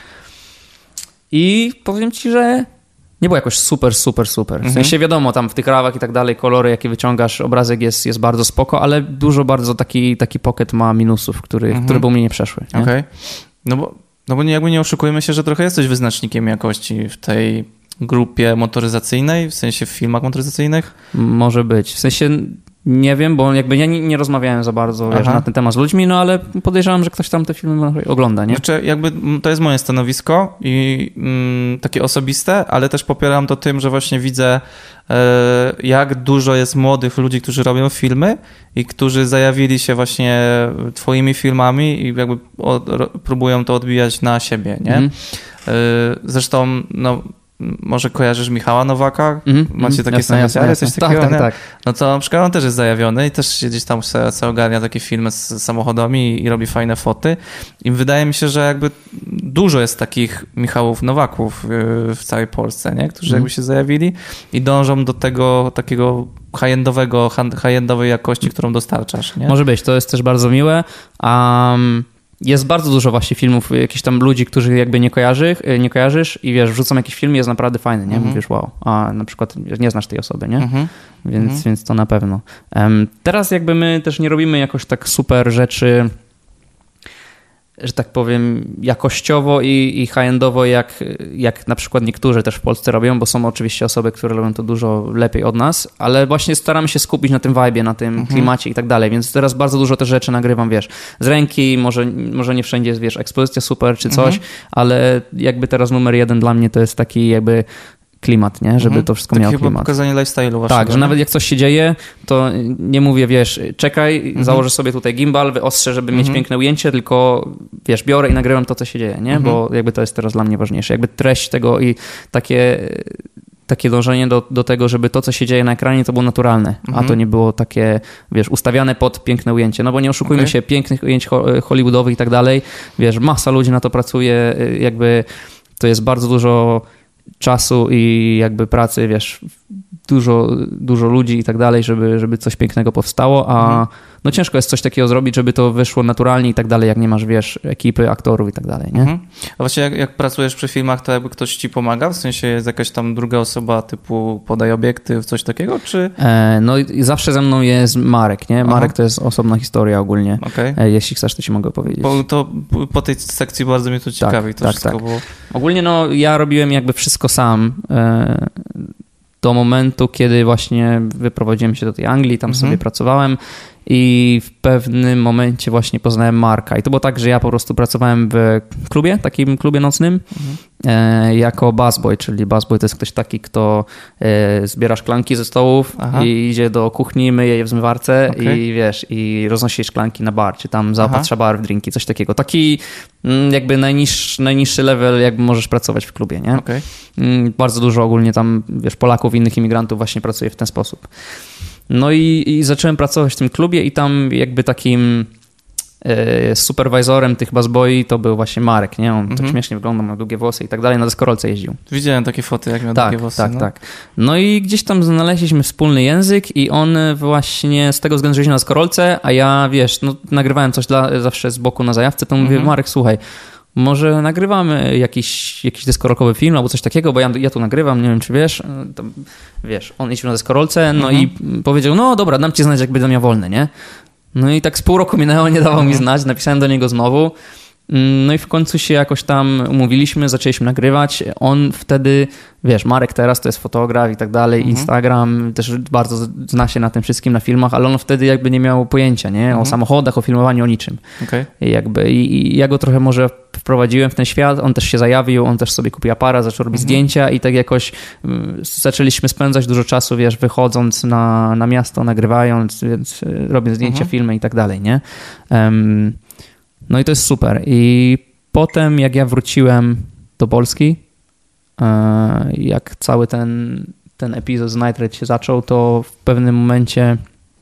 [SPEAKER 2] I powiem ci, że nie było jakoś super, super, super. W mhm. sensie wiadomo, tam w tych rawach i tak dalej, kolory, jakie wyciągasz, obrazek jest, jest bardzo spoko, ale dużo bardzo taki, taki Pocket ma minusów, który, mhm. które by u mnie nie przeszły. Nie?
[SPEAKER 1] Okej. Okay. No bo, no bo jakby nie oszukujmy się, że trochę jesteś wyznacznikiem jakości w tej grupie motoryzacyjnej, w sensie w filmach motoryzacyjnych?
[SPEAKER 2] Może być. W sensie nie wiem, bo jakby ja nie, nie rozmawiałem za bardzo wiesz, na ten temat z ludźmi, no ale podejrzewam, że ktoś tam te filmy ogląda, nie?
[SPEAKER 1] Znaczy jakby to jest moje stanowisko i mm, takie osobiste, ale też popieram to tym, że właśnie widzę e, jak dużo jest młodych ludzi, którzy robią filmy i którzy zajawili się właśnie twoimi filmami i jakby od, ro, próbują to odbijać na siebie, nie? Mm. E, zresztą no może kojarzysz Michała Nowaka? Mm, Macie mm, takie jasne, same jazdy, coś takiego? Tak, tak, tak. No to na przykład on też jest zajawiony i też się gdzieś tam sobie, sobie ogarnia takie filmy z samochodami i, i robi fajne foty. I wydaje mi się, że jakby dużo jest takich Michałów Nowaków w całej Polsce, nie? Którzy mm. jakby się zajawili i dążą do tego takiego high-endowego, high-endowej jakości, którą dostarczasz, nie?
[SPEAKER 2] Może być, to jest też bardzo miłe. Um... Jest bardzo dużo właśnie filmów, jakichś tam ludzi, którzy jakby nie, kojarzy, nie kojarzysz i wiesz, wrzucą jakiś film i jest naprawdę fajny, nie? Mm-hmm. Mówisz, wow, a na przykład nie znasz tej osoby, nie? Mm-hmm. Więc, mm-hmm. więc to na pewno. Um, teraz jakby my też nie robimy jakoś tak super rzeczy, że tak powiem, jakościowo i, i high-endowo, jak, jak na przykład niektórzy też w Polsce robią, bo są oczywiście osoby, które robią to dużo lepiej od nas, ale właśnie staramy się skupić na tym vibe'ie, na tym mhm. klimacie i tak dalej, więc teraz bardzo dużo te rzeczy nagrywam, wiesz, z ręki, może, może nie wszędzie jest, wiesz, ekspozycja super czy coś, mhm. ale jakby teraz numer jeden dla mnie to jest taki jakby klimat, nie? Żeby mhm. to wszystko
[SPEAKER 1] tak
[SPEAKER 2] miało
[SPEAKER 1] chyba
[SPEAKER 2] klimat.
[SPEAKER 1] Pokazanie lifestyle'u waszego.
[SPEAKER 2] Tak, że nawet jak coś się dzieje, to nie mówię, wiesz, czekaj, mhm. założę sobie tutaj gimbal, wyostrzę, żeby mhm. mieć piękne ujęcie, tylko wiesz, biorę i nagrywam to, co się dzieje, nie? Mhm. Bo jakby to jest teraz dla mnie ważniejsze. Jakby treść tego i takie, takie dążenie do, do tego, żeby to, co się dzieje na ekranie, to było naturalne, mhm. a to nie było takie, wiesz, ustawiane pod piękne ujęcie. No bo nie oszukujmy okay. się, pięknych ujęć hollywoodowych i tak dalej, wiesz, masa ludzi na to pracuje, jakby to jest bardzo dużo czasu i jakby pracy, wiesz, dużo, dużo ludzi i tak dalej, żeby, żeby coś pięknego powstało, a mhm. no ciężko jest coś takiego zrobić, żeby to wyszło naturalnie i tak dalej, jak nie masz, wiesz, ekipy, aktorów i tak dalej, nie?
[SPEAKER 1] Mhm. A właśnie jak, jak pracujesz przy filmach, to jakby ktoś ci pomaga? W sensie jest jakaś tam druga osoba typu podaj obiektyw, coś takiego, czy?
[SPEAKER 2] E, no i zawsze ze mną jest Marek, nie? Marek Aha. to jest osobna historia ogólnie. Okay. E, jeśli chcesz, to ci mogę powiedzieć.
[SPEAKER 1] Bo to po tej sekcji bardzo mnie to ciekawi.
[SPEAKER 2] Tak,
[SPEAKER 1] to
[SPEAKER 2] tak,
[SPEAKER 1] wszystko,
[SPEAKER 2] tak.
[SPEAKER 1] Bo...
[SPEAKER 2] Ogólnie no ja robiłem jakby wszystko sam, e, do momentu, kiedy właśnie wyprowadziłem się do tej Anglii, tam mhm. sobie pracowałem i w pewnym momencie właśnie poznałem Marka. I to było tak, że ja po prostu pracowałem w klubie, takim klubie nocnym mhm. e, jako busboy, czyli busboy to jest ktoś taki, kto e, zbiera szklanki ze stołów Aha. i idzie do kuchni, myje je w zmywarce okay. i wiesz, i roznosi szklanki na bar, czy tam zaopatrza bar w drinki, coś takiego. Taki m, jakby najniższy, najniższy level, jakby możesz pracować w klubie, nie? Okay. M, bardzo dużo ogólnie tam, wiesz, Polaków, innych imigrantów właśnie pracuje w ten sposób. No i, i zacząłem pracować w tym klubie i tam jakby takim e, superwajzorem tych busboyi to był właśnie Marek, nie? On mm-hmm. tak śmiesznie wyglądał, miał długie włosy i tak dalej, na deskorolce jeździł.
[SPEAKER 1] Widziałem takie foty, jak miał
[SPEAKER 2] tak,
[SPEAKER 1] długie włosy.
[SPEAKER 2] Tak,
[SPEAKER 1] no.
[SPEAKER 2] tak, tak. No i gdzieś tam znaleźliśmy wspólny język i on właśnie z tego względu, że jeździł na deskorolce, a ja, wiesz, no nagrywałem coś dla, zawsze z boku na zajawce, to mówię, mm-hmm. Marek, słuchaj, może nagrywamy jakiś, jakiś deskorolkowy film albo coś takiego, bo ja, ja tu nagrywam, nie wiem czy wiesz, to, wiesz, on jeździł na deskorolce, no mhm. i powiedział, no dobra, dam ci znać, jak będę miał wolny, nie? No i tak z pół roku minęło, nie dawał mi znać, napisałem do niego znowu, No i w końcu się jakoś tam umówiliśmy, zaczęliśmy nagrywać. On wtedy, wiesz, Marek teraz to jest fotograf i tak dalej, mhm. Instagram, też bardzo zna się na tym wszystkim, na filmach, ale on wtedy jakby nie miał pojęcia, nie? Mhm. O samochodach, o filmowaniu, o niczym. Okay. I jakby i, i ja go trochę może wprowadziłem w ten świat, on też się zajawił, on też sobie kupił aparat, zaczął robić mhm. zdjęcia i tak jakoś um, zaczęliśmy spędzać dużo czasu, wiesz, wychodząc na, na miasto, nagrywając, więc robiąc zdjęcia, mhm. filmy i tak dalej, nie? Um, No i to jest super. I potem jak ja wróciłem do Polski, jak cały ten, ten epizod z Night Ride się zaczął, to w pewnym momencie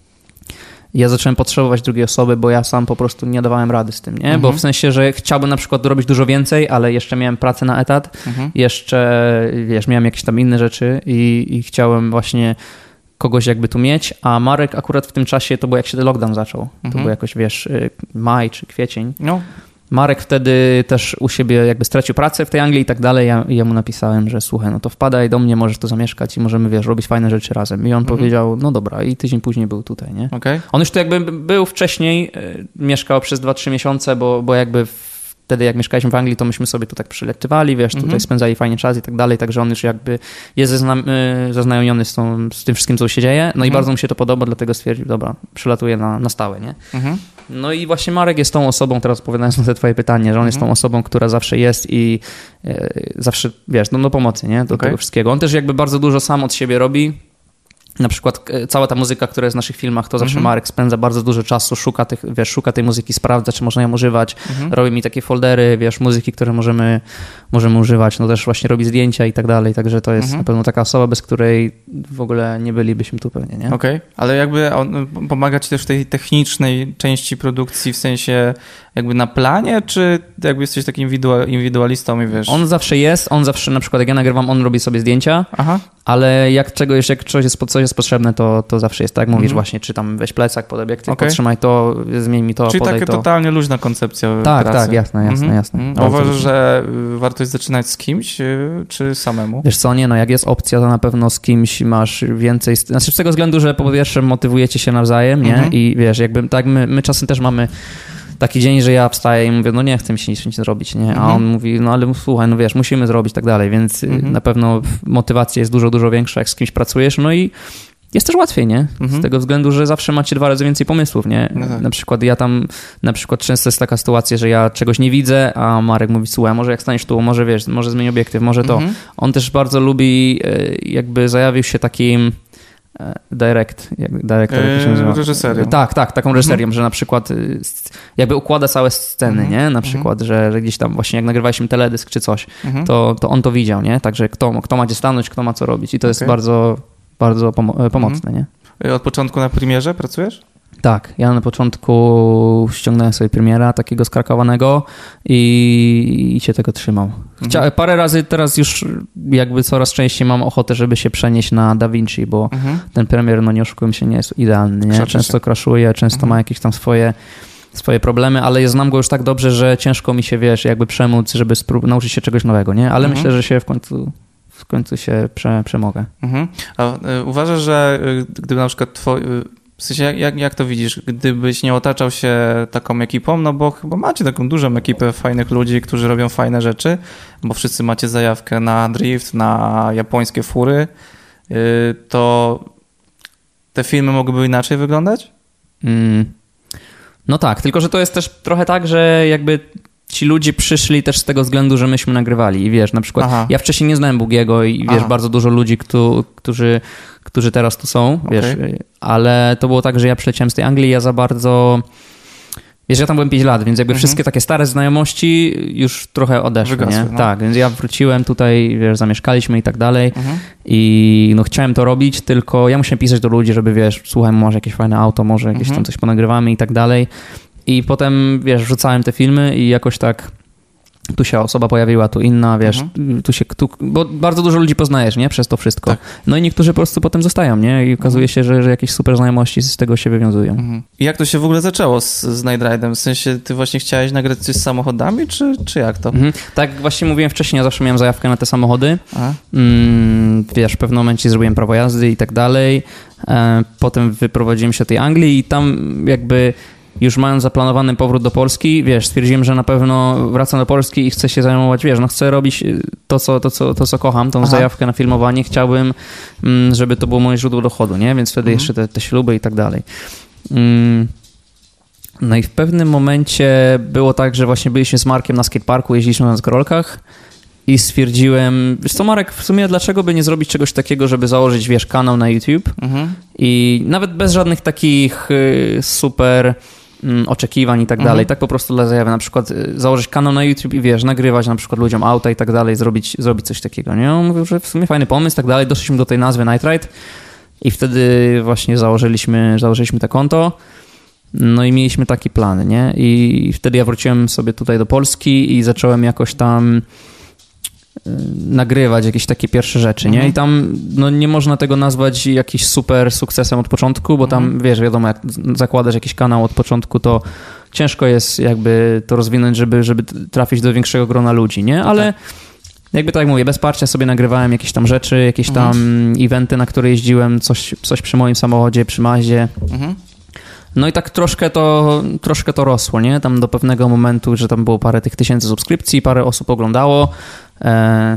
[SPEAKER 2] ja zacząłem potrzebować drugiej osoby, bo ja sam po prostu nie dawałem rady z tym, nie? Mhm. Bo w sensie, że chciałbym na przykład robić dużo więcej, ale jeszcze miałem pracę na etat, mhm. jeszcze, wiesz, miałem jakieś tam inne rzeczy i, i chciałem właśnie kogoś jakby tu mieć, a Marek akurat w tym czasie, to było jak się ten lockdown zaczął, mhm. to było jakoś, wiesz, maj czy kwiecień. No. Marek wtedy też u siebie jakby stracił pracę w tej Anglii i tak dalej. Ja, ja mu napisałem, że słuchaj, no to wpadaj do mnie, możesz tu zamieszkać i możemy, wiesz, robić fajne rzeczy razem. I on mhm. powiedział, no dobra, i tydzień później był tutaj, nie? Okay. On już tu jakby był wcześniej, mieszkał przez dwa trzy miesiące, bo, bo jakby wtedy jak mieszkaliśmy w Anglii, to myśmy sobie tu tak przyletywali, wiesz, tutaj mhm. spędzali fajnie czas i tak dalej, także on już jakby jest zazna- zaznajomiony z, tą, z tym wszystkim, co się dzieje, no mhm. i bardzo mu się to podoba, dlatego stwierdził, dobra, przylatuję na, na stałe, nie? Mhm. No i właśnie Marek jest tą osobą, teraz odpowiadając na te twoje pytanie, że on mhm. jest tą osobą, która zawsze jest i e, zawsze, wiesz, no do pomocy, nie? Do okay. tego wszystkiego. On też jakby bardzo dużo sam od siebie robi. Na przykład cała ta muzyka, która jest w naszych filmach, to zawsze mm-hmm. Marek spędza bardzo dużo czasu, szuka, tych, wiesz, szuka tej muzyki, sprawdza, czy można ją używać, mm-hmm. robi mi takie foldery, wiesz, muzyki, które możemy, możemy używać, no też właśnie robi zdjęcia i tak dalej, także to jest mm-hmm. na pewno taka osoba, bez której w ogóle nie bylibyśmy tu pewnie, nie?
[SPEAKER 1] Okej, okay. Ale jakby on pomaga ci też w tej technicznej części produkcji, w sensie jakby na planie, czy jakby jesteś takim indywidualistą i wiesz?
[SPEAKER 2] On zawsze jest, on zawsze, na przykład jak ja nagrywam, on robi sobie zdjęcia, Aha. ale jak czegoś, jak coś jest, coś jest potrzebne, to, to zawsze jest tak, mówisz mhm. właśnie, czy tam weź plecak pod obiektyw, okay. podtrzymaj to, zmień mi to,
[SPEAKER 1] Czyli
[SPEAKER 2] podaj
[SPEAKER 1] taka
[SPEAKER 2] to.
[SPEAKER 1] totalnie luźna koncepcja
[SPEAKER 2] Tak,
[SPEAKER 1] pracy.
[SPEAKER 2] tak, jasne, jasne, mhm. jasne.
[SPEAKER 1] Mhm. Uważasz, że warto jest zaczynać z kimś, czy samemu?
[SPEAKER 2] Wiesz co, nie, no jak jest opcja, to na pewno z kimś masz więcej, znaczy z tego względu, że po pierwsze motywujecie się nawzajem, nie? Mhm. I wiesz, jakby tak my, my czasem też mamy taki dzień, że ja wstaję i mówię, no nie chcę mi się nic, nic zrobić, nie? A mhm. on mówi, no ale słuchaj, no wiesz, musimy zrobić tak dalej, więc mhm. na pewno motywacja jest dużo, dużo większa, jak z kimś pracujesz, no i jest też łatwiej, nie? Mhm. Z tego względu, że zawsze macie dwa razy więcej pomysłów, nie? No tak. Na przykład ja tam, na przykład często jest taka sytuacja, że ja czegoś nie widzę, a Marek mówi, słuchaj, może jak staniesz tu, może wiesz, może zmień obiektyw, może to. Mhm. On też bardzo lubi, jakby zajawił się takim direct, jak direct jak się nazywa?
[SPEAKER 1] Reżyserią.
[SPEAKER 2] Tak, tak, taką reżyserią, mhm. że na przykład jakby układa całe sceny, mhm. nie? Na przykład, mhm. że, że gdzieś tam właśnie jak nagrywaliśmy teledysk czy coś, mhm. to, to on to widział, nie? Także kto, kto ma gdzie stanąć, kto ma co robić i to okay. jest bardzo, bardzo pomo- pomocne, mhm.
[SPEAKER 1] nie? Od początku na premierze pracujesz?
[SPEAKER 2] Tak, ja na początku ściągnąłem sobie premiera takiego skrakowanego i, i się tego trzymał. Chcia, mhm. Parę razy teraz już jakby coraz częściej mam ochotę, żeby się przenieść na DaVinci, bo mhm. ten premier, no nie oszukujmy się, nie jest idealny, nie? Często crashuje, często mhm. ma jakieś tam swoje swoje problemy, ale ja znam go już tak dobrze, że ciężko mi się, wiesz, jakby przemóc, żeby spró- nauczyć się czegoś nowego, nie? Ale mhm. myślę, że się w końcu w końcu się prze, przemogę. Mhm.
[SPEAKER 1] A y, uważasz, że y, gdyby na przykład twoi, y, w sensie jak, jak, jak to widzisz, gdybyś nie otaczał się taką ekipą, no bo chyba macie taką dużą ekipę fajnych ludzi, którzy robią fajne rzeczy, bo wszyscy macie zajawkę na drift, na japońskie fury, y, to te filmy mogłyby inaczej wyglądać?
[SPEAKER 2] Mm. No tak, tylko że to jest też trochę tak, że jakby ci ludzie przyszli też z tego względu, że myśmy nagrywali i wiesz, na przykład Aha. ja wcześniej nie znałem Bugiego i wiesz, Aha. bardzo dużo ludzi, kto, którzy, którzy teraz tu są, wiesz, okay. ale to było tak, że ja przyleciałem z tej Anglii, ja za bardzo, wiesz, ja tam byłem pięć lat, więc jakby mhm. wszystkie takie stare znajomości już trochę odeszły, Wygasły, nie? No. Tak, więc ja wróciłem tutaj, wiesz, zamieszkaliśmy i tak dalej mhm. i no chciałem to robić, tylko ja musiałem pisać do ludzi, żeby wiesz, słuchaj, może jakieś fajne auto, może jakieś mhm. tam coś ponagrywamy i tak dalej. I potem, wiesz, wrzucałem te filmy i jakoś tak tu się osoba pojawiła, tu inna, wiesz, mhm. tu się, tu, bo bardzo dużo ludzi poznajesz, nie? Przez to wszystko. Tak. No i niektórzy po prostu potem zostają, nie? I okazuje się, że, że jakieś super znajomości z tego się wywiązują. Mhm.
[SPEAKER 1] I jak to się w ogóle zaczęło z, z Night Ride'em? W sensie, ty właśnie chciałeś nagrać coś z samochodami, czy, czy jak to? Mhm.
[SPEAKER 2] Tak, właśnie mówiłem wcześniej, ja zawsze miałem zajawkę na te samochody. Mm, wiesz, w pewnym momencie zrobiłem prawo jazdy i tak dalej. E, potem wyprowadziłem się do tej Anglii i tam jakby już mając zaplanowany powrót do Polski, wiesz, stwierdziłem, że na pewno wracam do Polski i chcę się zajmować, wiesz, no chcę robić to, co, to, co, to, co kocham, tą Aha. zajawkę na filmowanie. Chciałbym, żeby to było moje źródło dochodu, nie? Więc wtedy mhm. jeszcze te, te śluby i tak dalej. No i w pewnym momencie było tak, że właśnie byliśmy z Markiem na skateparku, jeździliśmy na zgrolkach i stwierdziłem, wiesz co Marek, w sumie dlaczego by nie zrobić czegoś takiego, żeby założyć, wiesz, kanał na YouTube mhm. i nawet bez żadnych takich y, super mm, oczekiwań i tak dalej, mhm. tak po prostu dla zajawy, na przykład y, założyć kanał na YouTube i wiesz, nagrywać na przykład ludziom auta i tak dalej, zrobić, zrobić coś takiego, nie? On mówił, że w sumie fajny pomysł i tak dalej, doszliśmy do tej nazwy Night Ride i wtedy właśnie założyliśmy, założyliśmy to konto. No i mieliśmy taki plan, nie? I wtedy ja wróciłem sobie tutaj do Polski i zacząłem jakoś tam nagrywać jakieś takie pierwsze rzeczy, nie? I tam no, nie można tego nazwać jakimś super sukcesem od początku, bo tam, mhm. wiesz, wiadomo, jak zakładasz jakiś kanał od początku, to ciężko jest jakby to rozwinąć, żeby, żeby trafić do większego grona ludzi, nie? Ale tak. jakby tak jak mówię, bez parcia sobie nagrywałem jakieś tam rzeczy, jakieś tam mhm. eventy, na które jeździłem, coś, coś przy moim samochodzie, przy Mazie. Mhm. No i tak troszkę to, troszkę to rosło, nie? Tam do pewnego momentu, że tam było parę tych tysięcy subskrypcji, parę osób oglądało. E...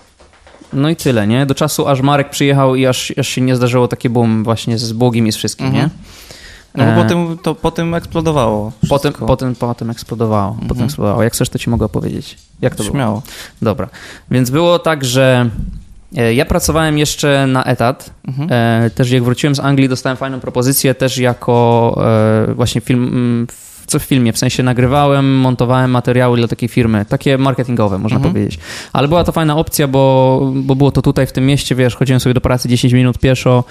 [SPEAKER 2] No i tyle, nie? Do czasu, aż Marek przyjechał i aż, aż się nie zdarzyło takie boom właśnie z Błogiem i z wszystkim, mhm. nie?
[SPEAKER 1] No bo e... potem, to potem eksplodowało
[SPEAKER 2] potem, potem, potem eksplodowało. Mhm. Potem eksplodowało. Jak chcesz, to ci mogę opowiedzieć. Jak to
[SPEAKER 1] Śmiało.
[SPEAKER 2] było? Dobra. Więc było tak, że ja pracowałem jeszcze na etat. Mhm. E, też jak wróciłem z Anglii, dostałem fajną propozycję też jako e, właśnie film, co w filmie, w sensie nagrywałem, montowałem materiały dla takiej firmy, takie marketingowe można mhm. powiedzieć. Ale była to fajna opcja, bo, bo było to tutaj w tym mieście, wiesz, chodziłem sobie do pracy dziesięć minut pieszo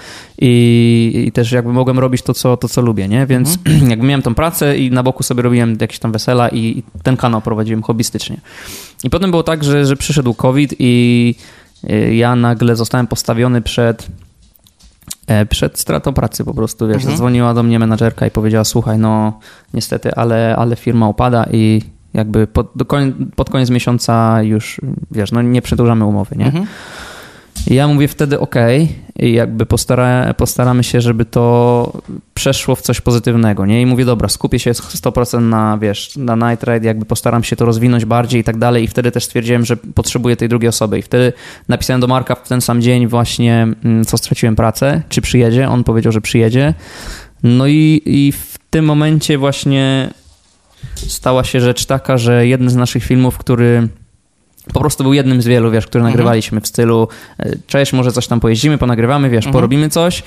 [SPEAKER 2] i, i też jakby mogłem robić to, co, to, co lubię, nie? Więc mhm. jakby miałem tą pracę i na boku sobie robiłem jakieś tam wesela i, i ten kanał prowadziłem hobbystycznie. I potem było tak, że, że przyszedł COVID i ja nagle zostałem postawiony przed, przed stratą pracy po prostu, wiesz, mhm. zadzwoniła do mnie menadżerka i powiedziała, słuchaj, no niestety, ale, ale firma upada i jakby pod, do koń, pod koniec miesiąca już, wiesz, no nie przedłużamy umowy, nie? Mhm. I ja mówię wtedy okej okay, i jakby postara, postaramy się, żeby to przeszło w coś pozytywnego, nie? I mówię, dobra, skupię się sto procent na, wiesz, na Night Ride, jakby postaram się to rozwinąć bardziej i tak dalej i wtedy też stwierdziłem, że potrzebuję tej drugiej osoby i wtedy napisałem do Marka w ten sam dzień właśnie, co straciłem pracę, czy przyjedzie, on powiedział, że przyjedzie. No i, i w tym momencie właśnie stała się rzecz taka, że jeden z naszych filmów, który po prostu był jednym z wielu, wiesz, które nagrywaliśmy mhm. w stylu cześć, może coś tam pojeździmy, ponagrywamy, wiesz, mhm. porobimy coś,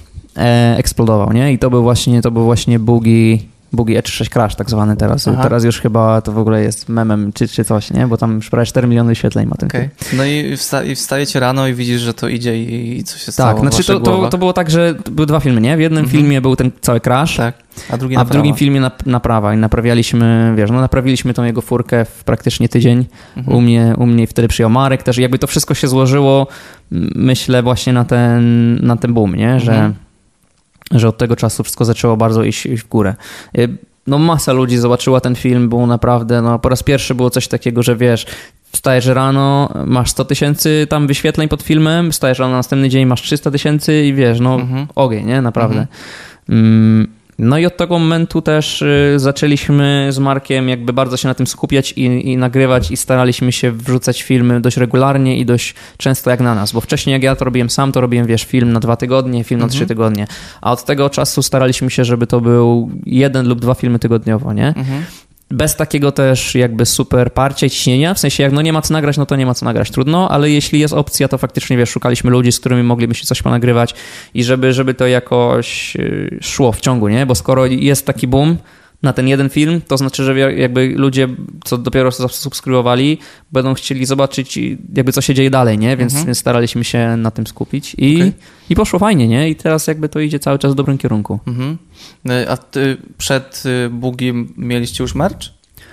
[SPEAKER 2] e, eksplodował, nie? I to był właśnie, to był właśnie Boogie, Boogie E trzydzieści sześć Crash tak zwany teraz. Aha. Teraz już chyba to w ogóle jest memem czy, czy coś, nie? Bo tam już prawie cztery miliony wyświetleń ma ten okay. film.
[SPEAKER 1] No i, wsta- i wstajecie rano i widzisz, że to idzie i, i co się stało.
[SPEAKER 2] Tak, znaczy to, to, to było tak, że były dwa filmy, nie? W jednym mhm. filmie był ten cały Crash,
[SPEAKER 1] tak. a, drugi
[SPEAKER 2] a w drugim filmie nap- naprawa i naprawialiśmy, wiesz, no naprawiliśmy tą jego furkę w praktycznie tydzień. Mhm. U mnie, u mnie wtedy przyjął Marek też. Jakby to wszystko się złożyło, myślę, właśnie na ten, na ten boom, nie? Że, mhm. że od tego czasu wszystko zaczęło bardzo iść, iść w górę. No masa ludzi zobaczyła ten film, było naprawdę, no po raz pierwszy było coś takiego, że wiesz, wstajesz rano, masz sto tysięcy tam wyświetleń pod filmem, wstajesz rano na następny dzień, masz trzysta tysięcy i wiesz, no mhm. ogień, nie? Naprawdę. Mhm. No i od tego momentu też y, zaczęliśmy z Markiem jakby bardzo się na tym skupiać i, i nagrywać i staraliśmy się wrzucać filmy dość regularnie i dość często jak na nas, bo wcześniej jak ja to robiłem sam, to robiłem, wiesz, film na dwa tygodnie, film mhm. na trzy tygodnie, a od tego czasu staraliśmy się, żeby to był jeden lub dwa filmy tygodniowo, nie? Mhm. Bez takiego też jakby super parcia i ciśnienia, w sensie jak no nie ma co nagrać, no to nie ma co nagrać, trudno, ale jeśli jest opcja, to faktycznie, wiesz, szukaliśmy ludzi, z którymi moglibyśmy coś ponagrywać i żeby, żeby to jakoś szło w ciągu, nie? Bo skoro jest taki boom na ten jeden film, to znaczy, że jakby ludzie, co dopiero zasubskrybowali, będą chcieli zobaczyć jakby co się dzieje dalej, nie? Więc, mhm. więc staraliśmy się na tym skupić i, okay. i poszło fajnie, nie? I teraz jakby to idzie cały czas w dobrym kierunku. Mhm.
[SPEAKER 1] A ty przed Boogiem mieliście już merch?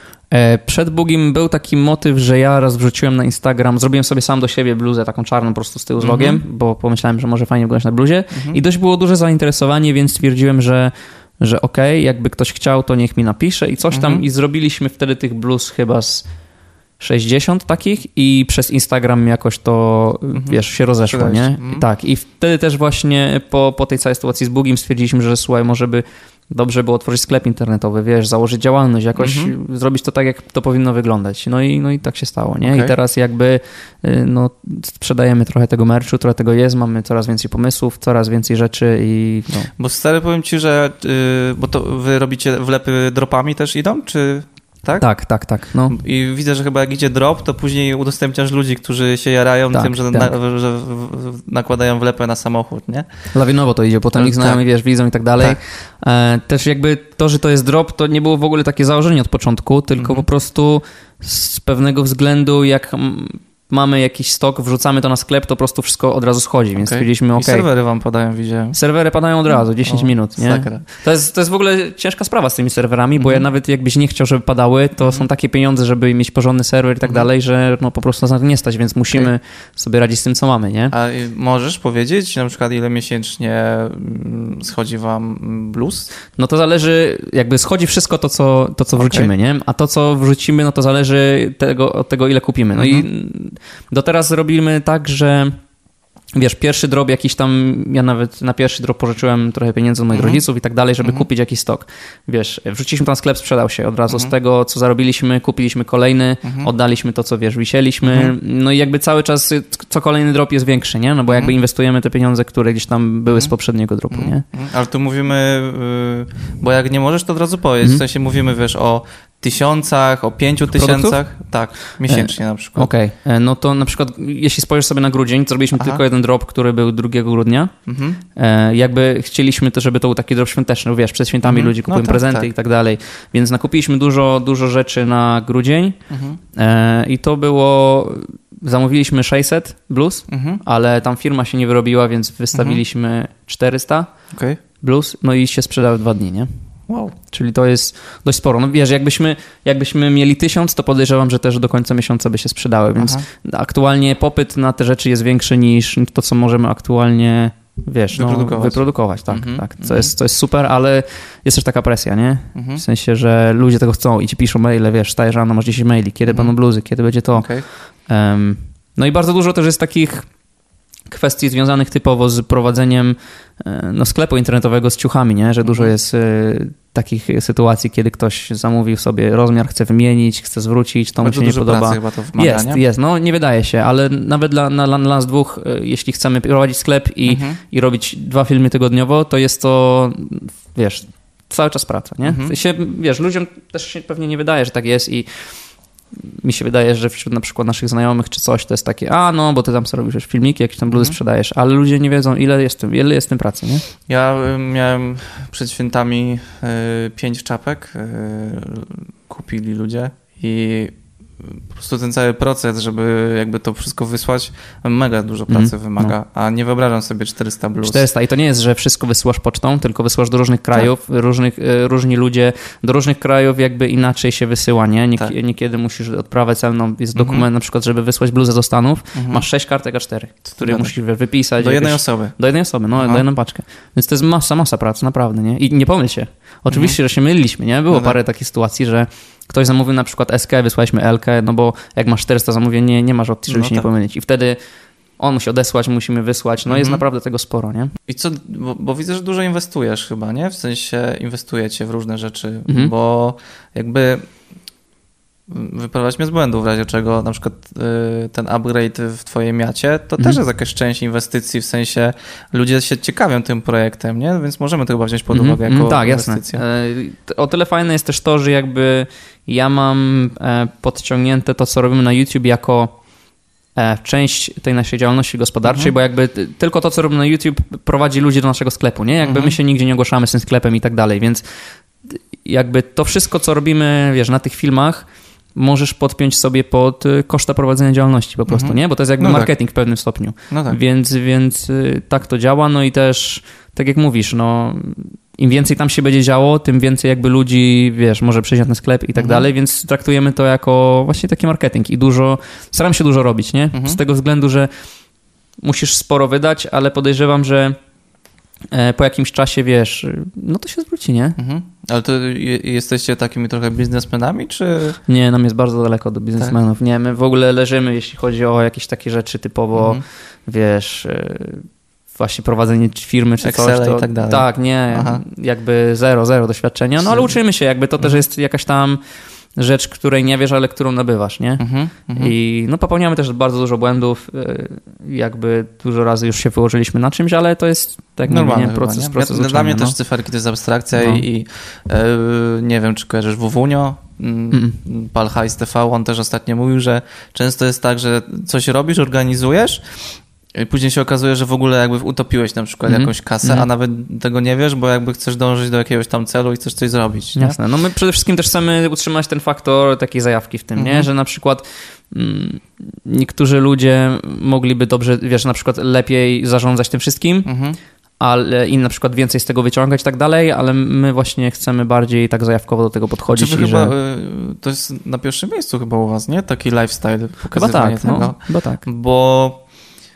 [SPEAKER 2] Przed Boogiem był taki motyw, że ja raz wrzuciłem na Instagram, zrobiłem sobie sam do siebie bluzę taką czarną po prostu z tyłu z logiem, mhm. bo pomyślałem, że może fajnie wyglądać na bluzie mhm. i dość było duże zainteresowanie, więc stwierdziłem, że że okej, okay, jakby ktoś chciał, to niech mi napisze i coś mhm. tam i zrobiliśmy wtedy tych bluz chyba z sześćdziesiąt takich i przez Instagram jakoś to, mhm. wiesz, się rozeszło, Przydać. nie? Mhm. Tak, i wtedy też właśnie po, po tej całej sytuacji z Boogiem stwierdziliśmy, że słuchaj, może by Dobrze było otworzyć sklep internetowy, wiesz, założyć działalność, jakoś mhm. zrobić to tak, jak to powinno wyglądać. No i, no i tak się stało, nie? Okay. I teraz jakby no, sprzedajemy trochę tego merchu, trochę tego jest, mamy coraz więcej pomysłów, coraz więcej rzeczy i... No.
[SPEAKER 1] Bo stary, powiem ci, że... Yy, bo to wy robicie wlepy dropami też idą, czy... Tak?
[SPEAKER 2] Tak, tak, tak. No.
[SPEAKER 1] I widzę, że chyba jak idzie drop, to później udostępniasz ludzi, którzy się jarają tak, tym, że, tak. na, że nakładają wlepę na samochód, nie?
[SPEAKER 2] Lawinowo to idzie, potem ich znajomi, tak. wiesz, widzą i tak dalej. Tak. E, też jakby to, że to jest drop, to nie było w ogóle takie założenie od początku, tylko mhm. po prostu z pewnego względu, jak mamy jakiś stok, wrzucamy to na sklep, to po prostu wszystko od razu schodzi, więc okay. stwierdziliśmy, okej.
[SPEAKER 1] I serwery wam podają, widziałem.
[SPEAKER 2] Serwery padają od razu, dziesięć minut, nie? To jest, to jest w ogóle ciężka sprawa z tymi serwerami, bo mm-hmm. ja nawet jakbyś nie chciał, żeby padały, to mm-hmm. są takie pieniądze, żeby mieć porządny serwer i tak mm-hmm. dalej, że no po prostu nas na to nie stać, więc musimy okay. sobie radzić z tym, co mamy, nie?
[SPEAKER 1] A możesz powiedzieć na przykład, ile miesięcznie schodzi wam blues?
[SPEAKER 2] No to zależy, jakby schodzi wszystko to, co, to, co wrzucimy, okay. nie? A to, co wrzucimy, no to zależy tego, od tego, ile kupimy. No mm-hmm. i do teraz robimy tak, że wiesz, pierwszy drop jakiś tam, ja nawet na pierwszy drop pożyczyłem trochę pieniędzy od moich mm-hmm. rodziców i tak dalej, żeby mm-hmm. kupić jakiś stok. Wiesz, wrzuciliśmy tam sklep, sprzedał się od razu. Mm-hmm. Z tego, co zarobiliśmy, kupiliśmy kolejny, mm-hmm. oddaliśmy to, co wiesz, wisieliśmy. Mm-hmm. No i jakby cały czas co kolejny drop jest większy, nie? No bo jakby mm-hmm. inwestujemy te pieniądze, które gdzieś tam były mm-hmm. z poprzedniego dropu, mm-hmm. nie?
[SPEAKER 1] Ale tu mówimy, bo jak nie możesz, to od razu powiedz. Mm-hmm. W sensie mówimy, wiesz, o tysiącach, o pięciu tysiącach, tak, miesięcznie na przykład.
[SPEAKER 2] Okej, okay. No to na przykład jeśli spojrzysz sobie na grudzień, to zrobiliśmy Aha. tylko jeden drop, który był drugiego grudnia. Mhm. E, jakby chcieliśmy to, żeby to był taki drop świąteczny, wiesz, przed świętami mhm. ludzie kupują no tak, prezenty tak. i tak dalej, więc nakupiliśmy dużo, dużo rzeczy na grudzień mhm. e, i to było... Zamówiliśmy sześćset blues, mhm. ale tam firma się nie wyrobiła, więc wystawiliśmy mhm. czterysta okay. blues, no i się sprzedały dwa dni, nie? Wow. Czyli to jest dość sporo. No wiesz, jakbyśmy, jakbyśmy mieli tysiąc, to podejrzewam, że też do końca miesiąca by się sprzedały, więc Aha. aktualnie popyt na te rzeczy jest większy niż to, co możemy aktualnie, wiesz, wyprodukować. No, wyprodukować tak, mm-hmm. tak. To, mm-hmm. jest, to jest super, ale jest też taka presja, nie? Mm-hmm. W sensie, że ludzie tego chcą i ci piszą maile, wiesz, stajesz rano, masz dziesięć maili, kiedy mm-hmm. będą bluzy, kiedy będzie to. Okay. Um, no i bardzo dużo też jest takich kwestii związanych typowo z prowadzeniem no, sklepu internetowego z ciuchami, nie? Że dużo jest y, takich sytuacji, kiedy ktoś zamówił sobie rozmiar, chce wymienić, chce zwrócić, to mu się nie podoba.
[SPEAKER 1] Chyba to wymaga,
[SPEAKER 2] jest,
[SPEAKER 1] nie?
[SPEAKER 2] jest. No nie wydaje się, ale nawet dla, dla, dla nas dwóch, y, jeśli chcemy prowadzić sklep i, mhm. i robić dwa filmy tygodniowo, to jest to, wiesz, cały czas praca, nie? Mhm. Się, wiesz, ludziom też się pewnie nie wydaje, że tak jest i mi się wydaje, że wśród na przykład naszych znajomych czy coś to jest takie, a no, bo ty tam sobie robisz filmiki, jakieś tam bluzy mm. sprzedajesz, ale ludzie nie wiedzą, ile jest, tym, ile jest tym pracy, nie?
[SPEAKER 1] Ja miałem przed świętami y, pięć czapek, y, kupili ludzie i po prostu ten cały proces, żeby jakby to wszystko wysłać, mega dużo pracy mm, wymaga, no. a nie wyobrażam sobie czterysta bluz.
[SPEAKER 2] czterysta i to nie jest, że wszystko wysyłasz pocztą, tylko wysyłasz do różnych krajów, tak. różnych, różni ludzie, do różnych krajów jakby inaczej się wysyła, nie? Nie, tak. Niekiedy musisz odprawę celną, jest mm-hmm. dokument na przykład, żeby wysłać bluzę do Stanów, mm-hmm. masz sześć kartek A cztery, które Zgadza. musisz wypisać.
[SPEAKER 1] Do jednej jakieś, osoby.
[SPEAKER 2] Do jednej osoby, no, Aha. do jednej paczki. Więc to jest masa, masa pracy, naprawdę, nie? I nie pomyl się. Oczywiście, mm-hmm. że się myliliśmy, nie? Było no parę tak. takich sytuacji, że ktoś zamówił na przykład S K, wysłaliśmy L K, no bo jak masz czterysta zamówień, nie, nie masz opcji, żeby no się tak. nie pomylić. I wtedy on musi odesłać, musimy wysłać. No mm-hmm. jest naprawdę tego sporo, nie?
[SPEAKER 1] I co, bo, bo widzę, że dużo inwestujesz chyba, nie? W sensie inwestujecie w różne rzeczy, mm-hmm. bo jakby wyprowadź mnie z błędu, w razie czego na przykład y, ten upgrade w twojej miacie, to mm-hmm. też jest jakaś część inwestycji, w sensie ludzie się ciekawią tym projektem, nie? Więc możemy to chyba wziąć pod uwagę mm-hmm. jako
[SPEAKER 2] tak,
[SPEAKER 1] inwestycję.
[SPEAKER 2] Jasne. O tyle fajne jest też to, że jakby ja mam podciągnięte to, co robimy na YouTube jako część tej naszej działalności gospodarczej, mm-hmm. bo jakby tylko to, co robimy na YouTube prowadzi ludzi do naszego sklepu, nie? Jakby mm-hmm. my się nigdzie nie ogłaszamy z tym sklepem i tak dalej, więc jakby to wszystko, co robimy, wiesz, na tych filmach możesz podpiąć sobie pod koszta prowadzenia działalności po prostu, mhm. nie? Bo to jest jakby no marketing tak. w pewnym stopniu. No tak. Więc, więc tak to działa, no i też, tak jak mówisz, no im więcej tam się będzie działo, tym więcej jakby ludzi, wiesz, może przejść na ten sklep i tak mhm. dalej, więc traktujemy to jako właśnie taki marketing i dużo, staram się dużo robić, nie? Mhm. Z tego względu, że musisz sporo wydać, ale podejrzewam, że po jakimś czasie, wiesz, no to się zwróci, nie? Mhm.
[SPEAKER 1] Ale to jesteście takimi trochę biznesmenami, czy...
[SPEAKER 2] Nie, nam jest bardzo daleko do biznesmenów. Tak? Nie, my w ogóle leżymy, jeśli chodzi o jakieś takie rzeczy typowo, mhm. wiesz, właśnie prowadzenie firmy czy
[SPEAKER 1] Excel
[SPEAKER 2] coś. To,
[SPEAKER 1] i tak dalej.
[SPEAKER 2] Tak, nie, Aha. jakby zero, zero doświadczenia, no ale uczymy się, jakby to mhm. też jest jakaś tam rzecz, której nie wiesz, ale którą nabywasz, nie? Mhm, I no popełniamy też bardzo dużo błędów, jakby dużo razy już się wyłożyliśmy na czymś, ale to jest tak normalny nie, proces, nie? proces
[SPEAKER 1] ja,
[SPEAKER 2] uczenia.
[SPEAKER 1] Dla mnie
[SPEAKER 2] no.
[SPEAKER 1] też cyferki to jest abstrakcja no. i e, nie wiem, czy kojarzysz Wuwunio, mm. Pal Hajs T V, on też ostatnio mówił, że często jest tak, że coś robisz, organizujesz, i później się okazuje, że w ogóle jakby utopiłeś na przykład mm. jakąś kasę, mm. a nawet tego nie wiesz, bo jakby chcesz dążyć do jakiegoś tam celu i chcesz coś zrobić. Nie?
[SPEAKER 2] Jasne. No my przede wszystkim też chcemy utrzymać ten faktor takiej zajawki w tym, mm. nie? Że na przykład mm, niektórzy ludzie mogliby dobrze, wiesz, na przykład lepiej zarządzać tym wszystkim, mm. ale i na przykład więcej z tego wyciągać i tak dalej, ale my właśnie chcemy bardziej tak zajawkowo do tego podchodzić.
[SPEAKER 1] Czy wy
[SPEAKER 2] i
[SPEAKER 1] chyba,
[SPEAKER 2] że...
[SPEAKER 1] to jest na pierwszym miejscu chyba u was, nie? Taki lifestyle, pokazywanie
[SPEAKER 2] chyba tak,
[SPEAKER 1] tego.
[SPEAKER 2] No, chyba tak.
[SPEAKER 1] Bo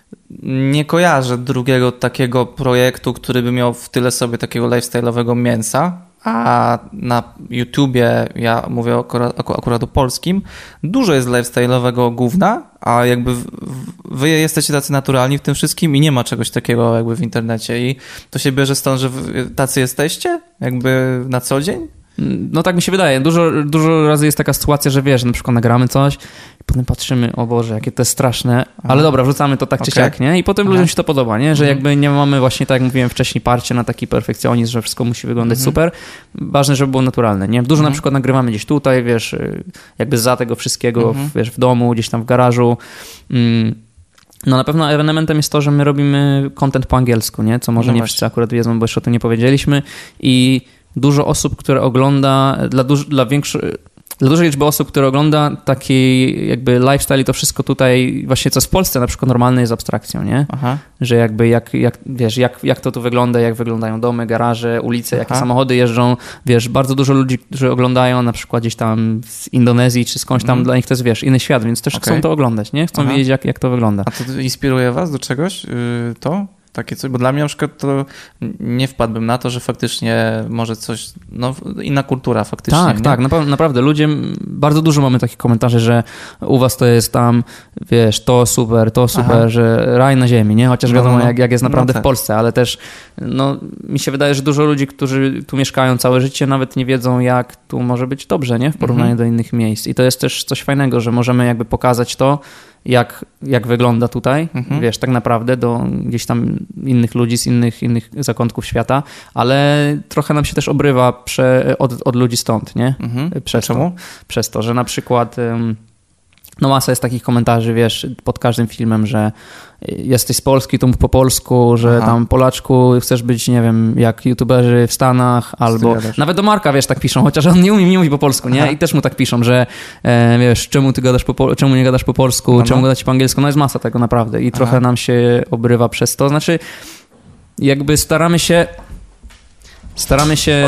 [SPEAKER 1] nie kojarzę drugiego takiego projektu, który by miał w tyle sobie takiego lifestyle'owego mięsa, a na YouTubie, ja mówię akurat, akurat o polskim, dużo jest lifestyle'owego gówna, a jakby wy jesteście tacy naturalni w tym wszystkim i nie ma czegoś takiego jakby w internecie i to się bierze stąd, że tacy jesteście jakby na co dzień?
[SPEAKER 2] No tak mi się wydaje. Dużo, dużo razy jest taka sytuacja, że wiesz, na przykład nagramy coś i potem patrzymy, o Boże, jakie to jest straszne, Aha. ale dobra, wrzucamy to tak czy okay. siak, nie? I potem Aha. ludziom się to podoba, nie? Że mhm. jakby nie mamy właśnie, tak jak mówiłem wcześniej, parcie na taki perfekcjonizm, że wszystko musi wyglądać mhm. super. Ważne, żeby było naturalne, nie? Dużo mhm. na przykład nagrywamy gdzieś tutaj, wiesz, jakby za tego wszystkiego, mhm. w, wiesz, w domu, gdzieś tam w garażu. Mm. No na pewno elementem jest to, że my robimy content po angielsku, nie? Co może no nie wszyscy akurat wiedzą, bo jeszcze o tym nie powiedzieliśmy i dużo osób, które ogląda, dla, duż, dla, większy, dla dużej liczby osób, które ogląda taki jakby lifestyle i to wszystko tutaj, właśnie co w Polsce na przykład normalne jest abstrakcją, nie? Aha. Że jakby jak, jak wiesz, jak, jak to tu wygląda, jak wyglądają domy, garaże, ulice, Aha. jakie samochody jeżdżą, wiesz, bardzo dużo ludzi, którzy oglądają na przykład gdzieś tam z Indonezji czy skądś tam, mm. dla nich to jest, wiesz, inny świat, więc też okay. chcą to oglądać, nie? Chcą Aha. wiedzieć, jak, jak to wygląda.
[SPEAKER 1] A to inspiruje was do czegoś yy, to? Takie coś, bo dla mnie na przykład to nie wpadłbym na to, że faktycznie może coś, no inna kultura faktycznie.
[SPEAKER 2] Tak,
[SPEAKER 1] nie?
[SPEAKER 2] tak, naprawdę, naprawdę. Ludzie, bardzo dużo mamy takich komentarzy, że u was to jest tam, wiesz, to super, to super, Aha. że raj na ziemi, nie? Chociaż wiadomo, no, jak, jak jest naprawdę no tak. w Polsce, ale też, no mi się wydaje, że dużo ludzi, którzy tu mieszkają całe życie, nawet nie wiedzą, jak tu może być dobrze, nie? W porównaniu mhm. do innych miejsc. I to jest też coś fajnego, że możemy jakby pokazać to, jak, jak wygląda tutaj, mhm. wiesz, tak naprawdę do gdzieś tam innych ludzi z innych, innych zakątków świata, ale trochę nam się też obrywa prze, od, od ludzi stąd, nie? Mhm. Przez to, przez to, że na przykład no masa jest takich komentarzy, wiesz, pod każdym filmem, że jesteś z Polski, to mów po polsku, że Aha. tam Polaczku chcesz być, nie wiem, jak youtuberzy w Stanach, albo nawet do Marka, wiesz, tak piszą, chociaż on nie umie nie mówić po polsku, nie? Aha. I też mu tak piszą, że e, wiesz, czemu ty gadasz po, czemu nie gadasz po polsku, no, czemu no. gadasz po angielsku, no jest masa tego naprawdę i Aha. trochę nam się obrywa przez to, znaczy jakby staramy się Staramy się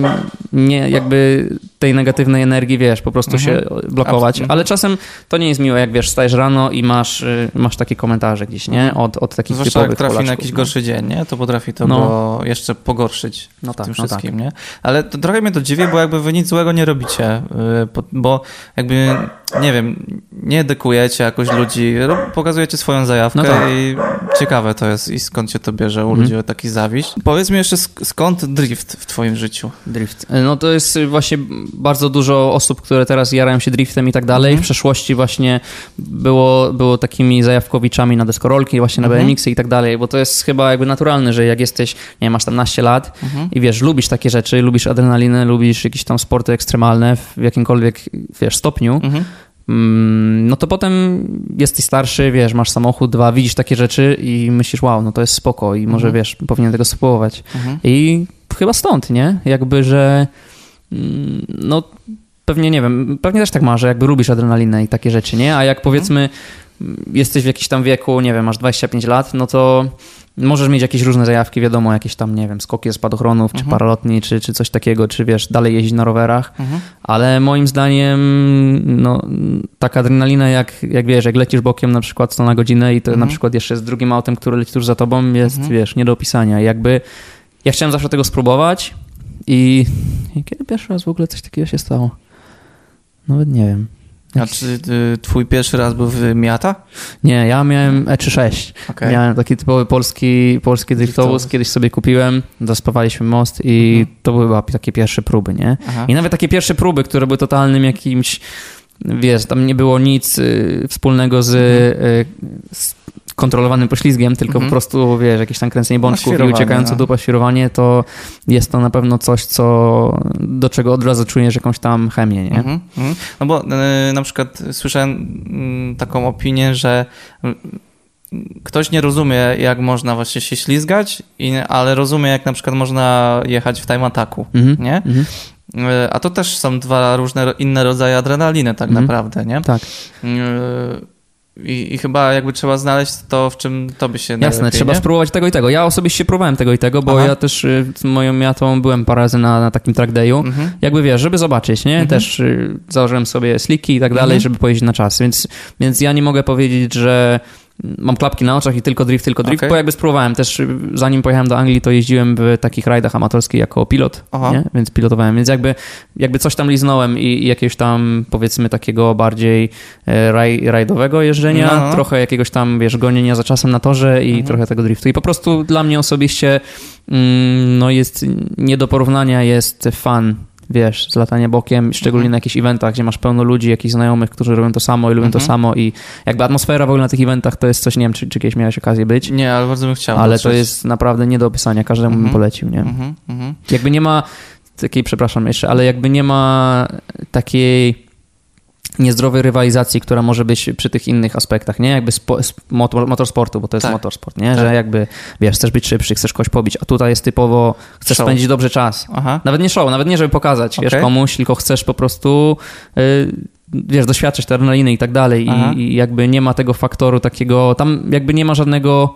[SPEAKER 2] nie jakby tej negatywnej energii, wiesz, po prostu mhm. się blokować, Absolutnie. Ale czasem to nie jest miłe, jak wiesz, stajesz rano i masz, masz takie komentarze gdzieś, nie? Od, od takich
[SPEAKER 1] Zwłaszcza
[SPEAKER 2] typowych
[SPEAKER 1] jak trafi
[SPEAKER 2] Polaczków,
[SPEAKER 1] na jakiś
[SPEAKER 2] no.
[SPEAKER 1] gorszy dzień, nie? To potrafi to
[SPEAKER 2] no.
[SPEAKER 1] go jeszcze pogorszyć
[SPEAKER 2] no tak,
[SPEAKER 1] tym
[SPEAKER 2] no
[SPEAKER 1] wszystkim,
[SPEAKER 2] tak.
[SPEAKER 1] nie? Ale to, trochę mnie to dziwi, bo jakby wy nic złego nie robicie, bo jakby, nie wiem, nie edukujecie jakoś ludzi, pokazujecie swoją zajawkę no tak. i ciekawe to jest i skąd się to bierze u mhm. ludzi taki zawiść. Powiedz mi jeszcze, skąd drift w twoim życiu?
[SPEAKER 2] Drift. No to jest właśnie bardzo dużo osób, które teraz jarają się driftem i tak dalej. Mhm. W przeszłości właśnie było, było takimi zajawkowiczami na deskorolki, właśnie na mhm. B M X y i tak dalej, bo to jest chyba jakby naturalne, że jak jesteś, nie wiem, masz tam naście lat mhm. i wiesz, lubisz takie rzeczy, lubisz adrenalinę, lubisz jakieś tam sporty ekstremalne w jakimkolwiek, wiesz, stopniu, mhm. no to potem jesteś starszy, wiesz, masz samochód, dwa, widzisz takie rzeczy i myślisz, wow, no to jest spoko i może, mhm. wiesz, powinien tego spróbować. Mhm. I chyba stąd, nie? Jakby, że no pewnie, nie wiem, pewnie też tak ma, że jakby lubisz adrenalinę i takie rzeczy, nie? A jak powiedzmy jesteś w jakimś tam wieku, nie wiem, masz dwadzieścia pięć lat, no to możesz mieć jakieś różne zajawki, wiadomo, jakieś tam, nie wiem, skoki ze spadochronów, mhm. czy paralotni, czy, czy coś takiego, czy wiesz, dalej jeździć na rowerach, mhm. ale moim zdaniem no, taka adrenalina, jak, jak wiesz, jak lecisz bokiem na przykład sto na godzinę i to mhm. na przykład jeszcze z drugim autem, który leci tuż za tobą, jest, mhm. wiesz, nie do opisania. Jakby ja chciałem zawsze tego spróbować i, i kiedy pierwszy raz w ogóle coś takiego się stało? Nawet nie wiem.
[SPEAKER 1] A czy y, twój pierwszy raz był w Miata?
[SPEAKER 2] Nie, ja miałem E trzydzieści sześć. Okay. Miałem taki typowy polski, polski driftowóz, kiedyś sobie kupiłem, zaspawaliśmy most i mhm. to były takie pierwsze próby, nie? Aha. I nawet takie pierwsze próby, które były totalnym jakimś, wiesz, tam nie było nic y, wspólnego z, mhm. y, z kontrolowanym poślizgiem, tylko mhm. po prostu, wiesz, jakieś tam kręcenie bączków i uciekające no. dupa, świrowanie, to jest to na pewno coś, co do czego od razu czujesz jakąś tam chemię, nie? Mhm. Mhm.
[SPEAKER 1] No bo y, na przykład słyszałem y, taką opinię, że y, ktoś nie rozumie, jak można właśnie się ślizgać, i, ale rozumie, jak na przykład można jechać w time attacku, mhm. nie? Mhm. A to też są dwa różne, inne rodzaje adrenaliny tak mhm. naprawdę, nie?
[SPEAKER 2] Tak.
[SPEAKER 1] I, I chyba jakby trzeba znaleźć to, w czym to by się
[SPEAKER 2] Jasne,
[SPEAKER 1] najlepiej,
[SPEAKER 2] trzeba
[SPEAKER 1] nie?
[SPEAKER 2] spróbować tego i tego. Ja osobiście próbowałem tego i tego, bo Aha. ja też z moją miatą byłem parę razy na, na takim track dayu. Mhm. Jakby wiesz, żeby zobaczyć, nie? Mhm. Też y, założyłem sobie sliki i tak dalej, mhm. żeby pojeździć na czas. Więc, więc ja nie mogę powiedzieć, że mam klapki na oczach i tylko drift, tylko drift, okay. bo jakby spróbowałem też, zanim pojechałem do Anglii, to jeździłem w takich rajdach amatorskich jako pilot, nie? Więc pilotowałem, więc jakby, jakby coś tam liznąłem i, i jakiegoś tam, powiedzmy, takiego bardziej raj, rajdowego jeżdżenia, no, no. trochę jakiegoś tam, wiesz, gonienia za czasem na torze i mhm. trochę tego driftu. I po prostu dla mnie osobiście mm, no jest nie do porównania, jest fan, wiesz, z latania bokiem, szczególnie mhm. na jakichś eventach, gdzie masz pełno ludzi, jakichś znajomych, którzy robią to samo i lubią mhm. to samo i jakby atmosfera w ogóle na tych eventach to jest coś, nie wiem, czy, czy kiedyś miałeś okazję być.
[SPEAKER 1] Nie, ale bardzo bym chciał.
[SPEAKER 2] Ale to jest naprawdę nie do opisania, każdemu mhm. bym polecił, nie? Mhm. Mhm. Jakby nie ma takiej, przepraszam jeszcze, ale jakby nie ma takiej niezdrowej rywalizacji, która może być przy tych innych aspektach, nie? Jakby spo, motor, motorsportu, bo to jest tak. motorsport, nie? Tak. Że jakby, wiesz, chcesz być szybszy, chcesz kogoś pobić, a tutaj jest typowo, chcesz show. spędzić dobrze czas. Aha. Nawet nie show, nawet nie, żeby pokazać, okay. wiesz, komuś, tylko chcesz po prostu, yy, wiesz, doświadczyć tej adrenaliny i tak dalej i, i jakby nie ma tego faktoru takiego, tam jakby nie ma żadnego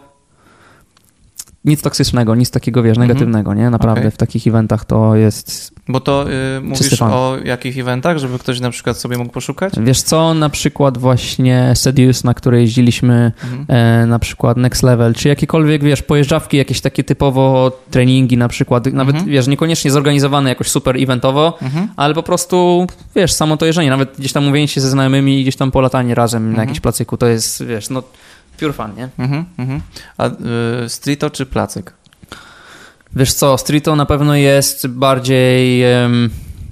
[SPEAKER 2] nic toksycznego, nic takiego, wiesz, negatywnego, nie? Naprawdę okay. w takich eventach to jest...
[SPEAKER 1] Bo to yy, mówisz o jakich eventach, żeby ktoś na przykład sobie mógł poszukać?
[SPEAKER 2] Wiesz co, na przykład właśnie Seduce, na której jeździliśmy, mhm. e, na przykład Next Level, czy jakiekolwiek, wiesz, pojeżdżawki, jakieś takie typowo treningi na przykład, nawet, mhm. wiesz, niekoniecznie zorganizowane jakoś super eventowo, mhm. ale po prostu, wiesz, samo to jeżdżenie, nawet gdzieś tam mówienie się ze znajomymi i gdzieś tam polatanie razem mhm. na jakimś placyku, to jest, wiesz, no pure fun, nie? Mhm, mhm.
[SPEAKER 1] A y, streeto czy placyk?
[SPEAKER 2] Wiesz co, streeto na pewno jest bardziej um,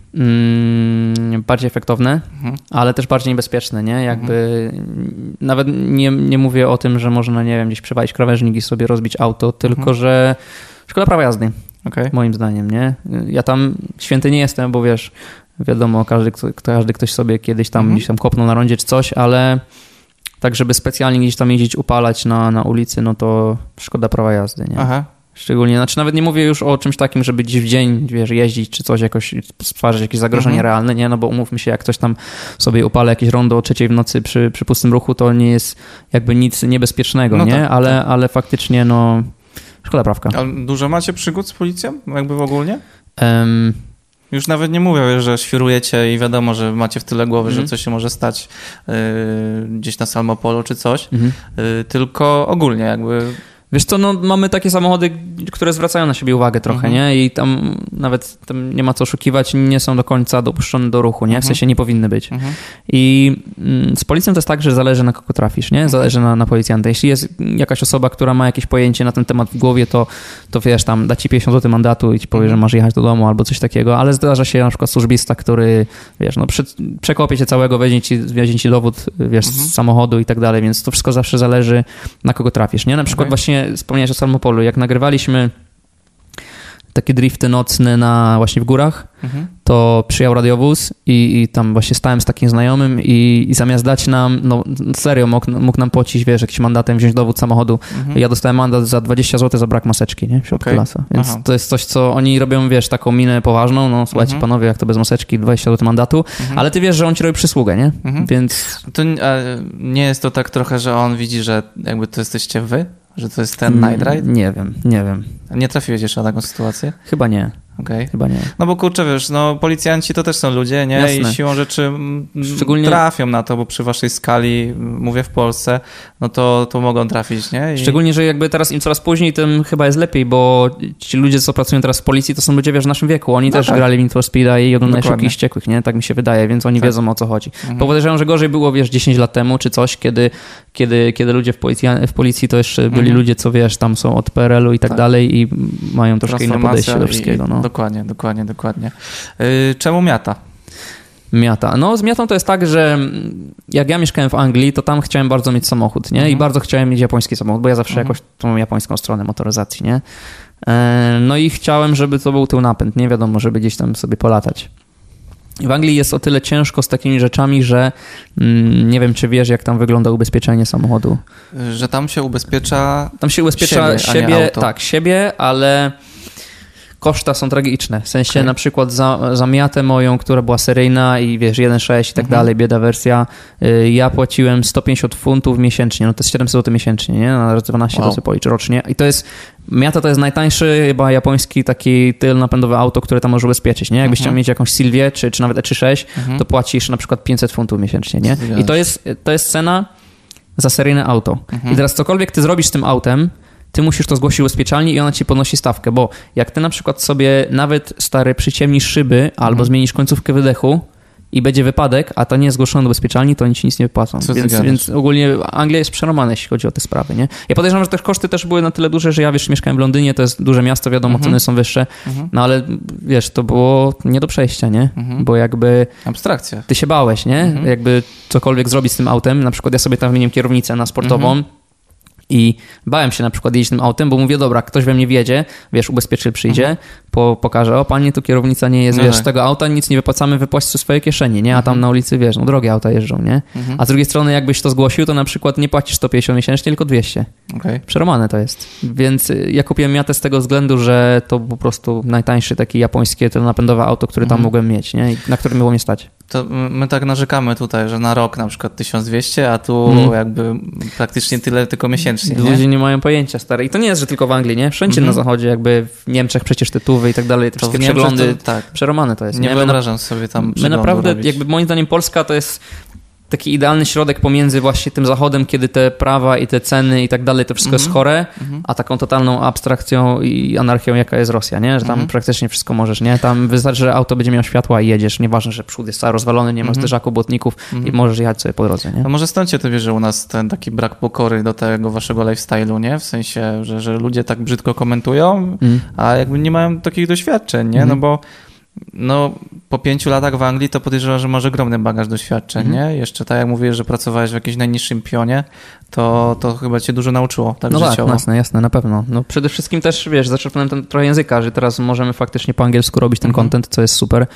[SPEAKER 2] um, bardziej efektowne, mhm. ale też bardziej niebezpieczne, nie? Jakby mhm. nawet nie, nie mówię o tym, że można, nie wiem, gdzieś przewalić krawężnik i sobie rozbić auto, tylko mhm. że szkoda prawa jazdy, okay. moim zdaniem, nie? Ja tam święty nie jestem, bo wiesz, wiadomo, każdy, każdy ktoś sobie kiedyś tam mhm. gdzieś tam kopnął na rondzie czy coś, ale tak, żeby specjalnie gdzieś tam jeździć, upalać na, na ulicy, no to szkoda prawa jazdy, nie? Aha. Szczególnie, znaczy nawet nie mówię już o czymś takim, żeby dziś w dzień, wiesz, jeździć czy coś, jakoś stwarzać jakieś zagrożenie mhm. realne, nie? No bo umówmy się, jak ktoś tam sobie upala jakieś rondo o trzeciej w nocy przy, przy pustym ruchu, to nie jest jakby nic niebezpiecznego, no nie? Tak, ale, tak. ale faktycznie, no, szkoda prawka.
[SPEAKER 1] A dużo macie przygód z policją? Jakby w ogóle? Um, Już nawet nie mówię, że świrujecie i wiadomo, że macie w tyle głowy, mm. że coś się może stać yy, gdzieś na Salmopolu czy coś, mm. yy, tylko ogólnie jakby...
[SPEAKER 2] Wiesz co, no mamy takie samochody, które zwracają na siebie uwagę trochę, mm-hmm. nie? I tam nawet tam nie ma co oszukiwać, nie są do końca dopuszczone do ruchu, nie? W mm-hmm. sensie nie powinny być. Mm-hmm. I mm, z policją to jest tak, że zależy na kogo trafisz, nie? Zależy na, na policjanta. Jeśli jest jakaś osoba, która ma jakieś pojęcie na ten temat w głowie, to, to wiesz, tam da ci pięćdziesiąt złotych mandatu i ci powie, mm-hmm. że masz jechać do domu albo coś takiego, ale zdarza się na przykład służbista, który, wiesz, no przy, przekopie cię całego, weźmie ci, weźmie ci dowód, wiesz, mm-hmm. z samochodu i tak dalej, więc to wszystko zawsze zależy na kogo trafisz, nie? Na przykład okay. właśnie wspomniałeś o Salmopolu, jak nagrywaliśmy takie drifty nocne na właśnie w górach, mhm. to przyjechał radiowóz i, i tam właśnie stałem z takim znajomym i, i zamiast dać nam, no serio mógł, mógł nam płacić, wiesz, jakimś mandatem, wziąć dowód samochodu. Mhm. Ja dostałem mandat za dwadzieścia złotych za brak maseczki, nie? W środku okay. lasa. Więc Aha. to jest coś, co oni robią, wiesz, taką minę poważną, no słuchajcie mhm. panowie, jak to bez maseczki, dwadzieścia złotych mandatu, mhm. ale ty wiesz, że on ci robi przysługę, nie? Mhm. Więc...
[SPEAKER 1] To nie jest to tak trochę, że on widzi, że jakby to jesteście wy? Że to jest ten night ride?
[SPEAKER 2] Nie wiem, nie wiem.
[SPEAKER 1] Nie trafiłeś jeszcze na taką sytuację?
[SPEAKER 2] Chyba nie.
[SPEAKER 1] Okay.
[SPEAKER 2] Chyba nie.
[SPEAKER 1] No bo kurczę, wiesz, no policjanci to też są ludzie, nie?
[SPEAKER 2] Jasne.
[SPEAKER 1] I siłą rzeczy
[SPEAKER 2] Szczególnie...
[SPEAKER 1] trafią na to, bo przy waszej skali, mówię w Polsce, no to, to mogą trafić, nie? I...
[SPEAKER 2] Szczególnie, że jakby teraz im coraz później, tym chyba jest lepiej, bo ci ludzie, co pracują teraz w policji, to są ludzie, wiesz, w naszym wieku. Oni no też tak. grali w Need for Speeda i oglądali Szybkich i Wściekłych, nie? Tak mi się wydaje, więc oni tak. wiedzą, o co chodzi. Mhm. Podejrzewam, że gorzej było, wiesz, dziesięć lat temu czy coś, kiedy, kiedy, kiedy ludzie w policji, w policji to jeszcze byli mhm. ludzie, co wiesz, tam są od P R L u i tak, tak. dalej i mają troszkę inne podejście do wszystkiego. No.
[SPEAKER 1] Dokładnie, dokładnie, dokładnie. Yy, czemu Miata?
[SPEAKER 2] Miata. No z Miatą to jest tak, że jak ja mieszkałem w Anglii, to tam chciałem bardzo mieć samochód, nie? Mhm. I bardzo chciałem mieć japoński samochód, bo ja zawsze mhm. jakoś tą japońską stronę motoryzacji, nie? No i chciałem, żeby to był tył napęd, nie wiadomo, żeby gdzieś tam sobie polatać. W Anglii jest o tyle ciężko z takimi rzeczami, że mm, nie wiem, czy wiesz, jak tam wygląda ubezpieczenie samochodu.
[SPEAKER 1] Że tam się ubezpiecza
[SPEAKER 2] Tam się ubezpiecza siebie, siebie tak, siebie, ale koszta są tragiczne. W sensie okay. na przykład za, za Miatę moją, która była seryjna i wiesz, jeden sześć i tak mhm. dalej, bieda wersja, y, ja płaciłem sto pięćdziesiąt funtów miesięcznie, no to jest siedemset złotych miesięcznie, nie? Na razy dwanaście wow. to sobie policz rocznie. I to jest, Miata to jest najtańszy chyba japoński taki tył napędowy auto, które tam może ubezpieczyć, nie? Jakbyś mhm. chciał mieć jakąś Sylwię, czy, czy nawet E trzydzieści sześć, mhm. to płacisz na przykład pięćset funtów miesięcznie, nie? I to jest, to jest cena za seryjne auto. Mhm. I teraz cokolwiek ty zrobisz z tym autem, ty musisz to zgłosić ubezpieczalni i ona ci podnosi stawkę, bo jak ty na przykład sobie nawet, stary, przyciemnisz szyby albo mhm. zmienisz końcówkę wydechu i będzie wypadek, a to nie jest zgłoszone do ubezpieczalni, to oni ci nic nie wypłacą. Więc, więc ogólnie Anglia jest przeromana, jeśli chodzi o te sprawy, nie? Ja podejrzewam, że te koszty też były na tyle duże, że ja, wiesz, mieszkałem w Londynie, to jest duże miasto, wiadomo, mhm. ceny są wyższe, mhm. no ale, wiesz, to było nie do przejścia, nie? Mhm. Bo jakby...
[SPEAKER 1] Abstrakcja.
[SPEAKER 2] Ty się bałeś, nie? Mhm. Jakby cokolwiek zrobić z tym autem, na przykład ja sobie tam wymieniłem kierownicę na sportową, mhm. i bałem się na przykład jeździć tym autem, bo mówię, dobra, ktoś we mnie wjedzie, wiesz, ubezpieczyciel przyjdzie, mhm. po, pokaże, o panie, tu kierownica nie jest, no wiesz, tak. z tego auta nic nie wypłacamy, wypłać ze swojej kieszeni, nie? A tam mhm. na ulicy, wiesz, no drogie auta jeżdżą, nie? Mhm. A z drugiej strony, jakbyś to zgłosił, to na przykład nie płacisz sto pięćdziesiąt miesięcznie, tylko dwieście. Okay. Przeromane to jest. Więc ja kupiłem Miatę z tego względu, że to po prostu najtańszy taki japońskie napędowe auto, które tam mhm. mogłem mieć, nie? I na którym było mnie stać.
[SPEAKER 1] To my tak narzekamy tutaj, że na rok na przykład tysiąc dwieście, a tu mm. jakby praktycznie tyle tylko miesięcznie.
[SPEAKER 2] Ludzie nie? nie mają pojęcia, stary. I to nie jest, że tylko w Anglii, nie? Wszędzie mm-hmm. na zachodzie, jakby w Niemczech przecież tytuły i tak dalej, te to wszystkie przeglądy, to, tak. przeromane to jest.
[SPEAKER 1] Nie,
[SPEAKER 2] nie?
[SPEAKER 1] wyobrażam my, sobie tam
[SPEAKER 2] My naprawdę,
[SPEAKER 1] robić.
[SPEAKER 2] jakby moim zdaniem Polska to jest taki idealny środek pomiędzy właśnie tym zachodem, kiedy te prawa i te ceny i tak dalej, to wszystko mm-hmm. jest chore, mm-hmm. a taką totalną abstrakcją i anarchią, jaka jest Rosja, nie? Że tam mm-hmm. praktycznie wszystko możesz, nie? Tam wystarczy, że auto będzie miało światła i jedziesz, nieważne, że przód jest cały rozwalony, nie ma mm-hmm. zderzaków, błotników mm-hmm. i możesz jechać sobie po drodze, nie?
[SPEAKER 1] No może stąd się to bierze u nas ten taki brak pokory do tego waszego lifestyle'u, nie? W sensie, że, że ludzie tak brzydko komentują, mm. a jakby nie mają takich doświadczeń, nie? Mm-hmm. No bo no, po pięciu latach w Anglii to podejrzewam, że masz ogromny bagaż doświadczeń, mhm. nie? Jeszcze tak jak mówiłeś, że pracowałeś w jakimś najniższym pionie, to, to chyba cię dużo nauczyło, tak
[SPEAKER 2] no
[SPEAKER 1] życiowo.
[SPEAKER 2] Tak, jasne, jasne, na pewno. No przede wszystkim też, wiesz, zaczerpnąłem ten trochę języka, że teraz możemy faktycznie po angielsku robić ten mhm. content, co jest super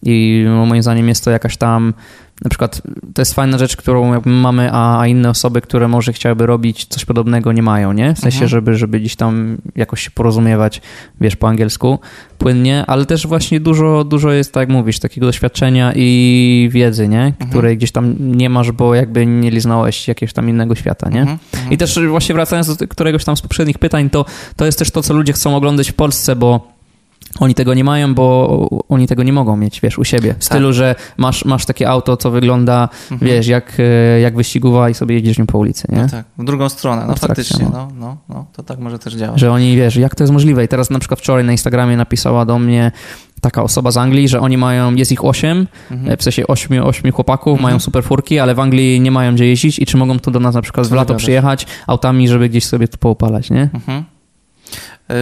[SPEAKER 2] i no, moim zdaniem jest to jakaś tam, na przykład to jest fajna rzecz, którą jakby mamy, a, a inne osoby, które może chciałyby robić coś podobnego, nie mają, nie? W sensie, mhm. żeby, żeby gdzieś tam jakoś się porozumiewać, wiesz, po angielsku płynnie, ale też właśnie dużo, dużo jest, tak jak mówisz, takiego doświadczenia i wiedzy, nie? Mhm. Której gdzieś tam nie masz, bo jakby nie liznąłeś jakiegoś tam innego świata, nie? Mhm. I też właśnie wracając do któregoś tam z poprzednich pytań, to, to jest też to, co ludzie chcą oglądać w Polsce, bo oni tego nie mają, bo oni tego nie mogą mieć, wiesz, u siebie. W stylu, tak. że masz, masz takie auto, co wygląda, mhm. wiesz, jak, jak wyścigówa i sobie jedziesz nim po ulicy, nie?
[SPEAKER 1] No tak, w drugą stronę, no faktycznie, no, no, no, to tak może też działać.
[SPEAKER 2] Że oni, wiesz, jak to jest możliwe? I teraz na przykład wczoraj na Instagramie napisała do mnie taka osoba z Anglii, że oni mają, jest ich osiem, mhm. w sensie ośmiu, ośmiu chłopaków, mhm. mają super furki, ale w Anglii nie mają gdzie jeździć i czy mogą tu do nas na przykład co w lato przyjechać autami, żeby gdzieś sobie tu poupalać, nie?
[SPEAKER 1] Mhm. Y-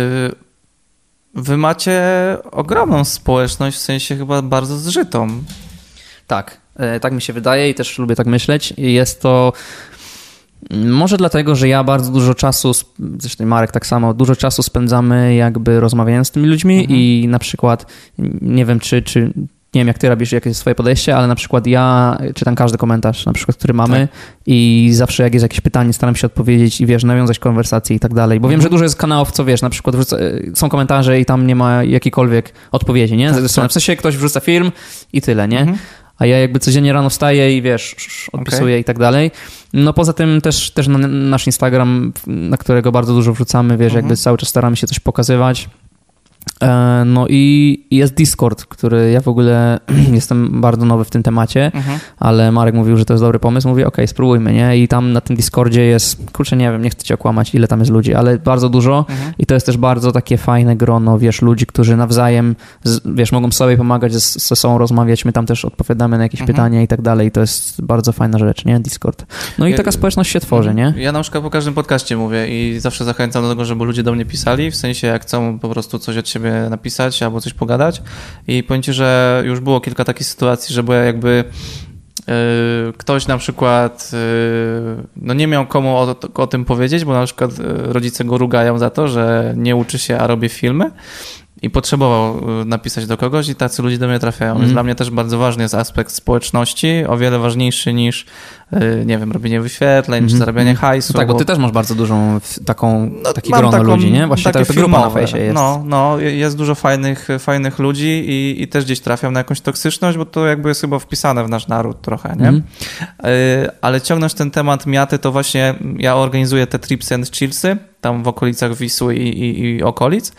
[SPEAKER 1] Wy macie ogromną społeczność, w sensie chyba bardzo zżytą.
[SPEAKER 2] Tak, tak mi się wydaje i też lubię tak myśleć. Jest to może dlatego, że ja bardzo dużo czasu, zresztą Marek tak samo, dużo czasu spędzamy jakby rozmawiając z tymi ludźmi mhm. i na przykład nie wiem, czy, czy nie wiem, jak ty robisz, jakie jest swoje podejście, ale na przykład ja czytam każdy komentarz, na przykład, który mamy tak. i zawsze jak jest jakieś pytanie, staram się odpowiedzieć i wiesz, nawiązać konwersację i tak dalej, bo wiem, mhm. że dużo jest kanałów, co wiesz, na przykład wrzuca, są komentarze i tam nie ma jakiejkolwiek odpowiedzi, nie? Tak, tak. W sensie ktoś wrzuca film i tyle, nie? Mhm. A ja jakby codziennie rano wstaję i wiesz, odpisuję okay. i tak dalej. No poza tym też, też na nasz Instagram, na którego bardzo dużo wrzucamy, wiesz, mhm. jakby cały czas staramy się coś pokazywać. No i jest Discord, który ja w ogóle jestem bardzo nowy w tym temacie, mhm. ale Marek mówił, że to jest dobry pomysł. Mówię, okej, okay, spróbujmy, nie? I tam na tym Discordzie jest, kurczę, nie wiem, nie chcę cię okłamać, ile tam jest ludzi, ale bardzo dużo mhm. i to jest też bardzo takie fajne grono, wiesz, ludzi, którzy nawzajem, wiesz, mogą sobie pomagać, ze sobą rozmawiać, my tam też odpowiadamy na jakieś mhm. pytania i tak dalej i to jest bardzo fajna rzecz, nie? Discord. No i taka ja, społeczność się tworzy, nie?
[SPEAKER 1] Ja na przykład po każdym podcaście mówię i zawsze zachęcam do tego, żeby ludzie do mnie pisali, w sensie jak chcą po prostu coś od siebie napisać albo coś pogadać i powiem ci, że już było kilka takich sytuacji, że była jakby yy, ktoś na przykład yy, no nie miał komu o, o tym powiedzieć, bo na przykład yy, rodzice go rugają za to, że nie uczy się, a robi filmy i potrzebował napisać do kogoś i tacy ludzie do mnie trafiają. Mm. Więc dla mnie też bardzo ważny jest aspekt społeczności, o wiele ważniejszy niż, nie wiem, robienie wyświetleń, mm. czy zarabianie hajsu.
[SPEAKER 2] No tak, bo ty też masz bardzo dużą taką, no, taki grono taką, ludzi, nie? Właśnie ta grupa na fejsie jest.
[SPEAKER 1] No, no, jest dużo fajnych, fajnych ludzi i, i też gdzieś trafiam na jakąś toksyczność, bo to jakby jest chyba wpisane w nasz naród trochę, nie? Mm. Ale ciągnąć ten temat miaty, to właśnie ja organizuję te tripsy and chillsy, tam w okolicach Wisły i, i, i okolic.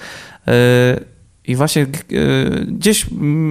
[SPEAKER 1] I właśnie gdzieś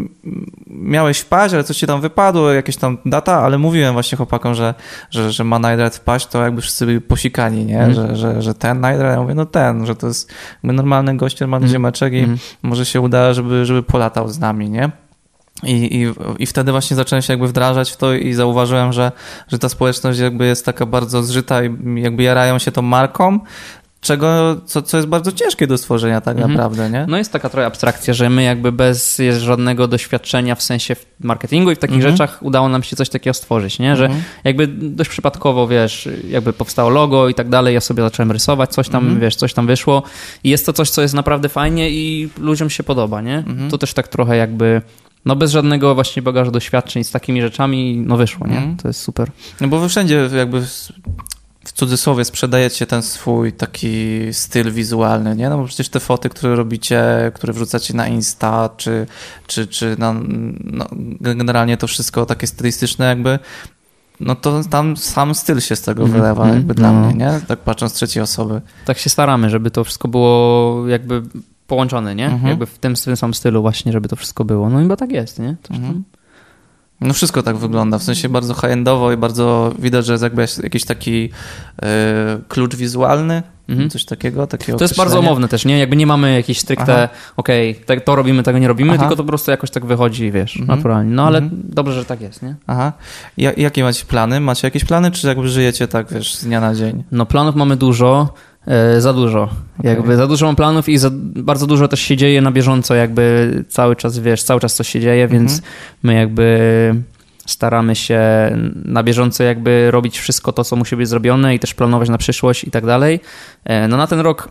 [SPEAKER 1] miałeś wpaść, ale coś ci tam wypadło, jakieś tam data, ale mówiłem właśnie chłopakom, że, że, że ma Night Ride wpaść, to jakby wszyscy byli posikani, nie? Mm. Że, że, że ten Night Ride, ja mówię, no ten, że to jest normalny gość, normalny mm. ziomeczek i mm. może się uda, żeby, żeby polatał z nami, nie? I, i, I wtedy właśnie zacząłem się jakby wdrażać w to i zauważyłem, że, że ta społeczność jakby jest taka bardzo zżyta i jakby jarają się tą marką, czego, co, co jest bardzo ciężkie do stworzenia tak mhm. naprawdę, nie?
[SPEAKER 2] No jest taka trochę abstrakcja, że my jakby bez jest żadnego doświadczenia w sensie w marketingu i w takich mhm. rzeczach udało nam się coś takiego stworzyć, nie? Że mhm. jakby dość przypadkowo, wiesz, jakby powstało logo i tak dalej, ja sobie zacząłem rysować, coś tam, mhm. wiesz, coś tam wyszło i jest to coś, co jest naprawdę fajnie i ludziom się podoba, nie? Mhm. To też tak trochę jakby... No bez żadnego właśnie bagażu doświadczeń z takimi rzeczami, no wyszło, nie? Mhm. To jest super.
[SPEAKER 1] No bo wy wszędzie jakby... w cudzysłowie sprzedajecie ten swój taki styl wizualny, nie? No bo przecież te foty, które robicie, które wrzucacie na Insta, czy, czy, czy na, no, generalnie to wszystko takie stylistyczne jakby, no to tam sam styl się z tego wylewa mm, jakby mm, dla no. mnie, nie? Tak patrząc z trzeciej osoby.
[SPEAKER 2] Tak się staramy, żeby to wszystko było jakby połączone, nie? Mm-hmm. Jakby w tym, w tym samym stylu właśnie, żeby to wszystko było. No i chyba tak jest, nie? Coś tam...
[SPEAKER 1] No wszystko tak wygląda, w sensie bardzo high-endowo i bardzo widać, że jest jakby jakiś taki yy, klucz wizualny, mhm. coś takiego. takiego
[SPEAKER 2] to jest bardzo umowne też, nie? Jakby nie mamy jakiejś stricte, okej, okay, to robimy, tego nie robimy, Aha. tylko to po prostu jakoś tak wychodzi, wiesz, mhm. naturalnie. No ale mhm. dobrze, że tak jest, nie?
[SPEAKER 1] Aha. Ja, jakie macie plany? Macie jakieś plany, czy jakby żyjecie tak, wiesz, z dnia na dzień?
[SPEAKER 2] No planów mamy dużo. Za dużo. Okay. Jakby za dużo mam planów i za, bardzo dużo też się dzieje na bieżąco, jakby cały czas, wiesz, cały czas coś się dzieje, więc mm-hmm. my jakby staramy się na bieżąco jakby robić wszystko to, co musi być zrobione i też planować na przyszłość i tak dalej. No na ten rok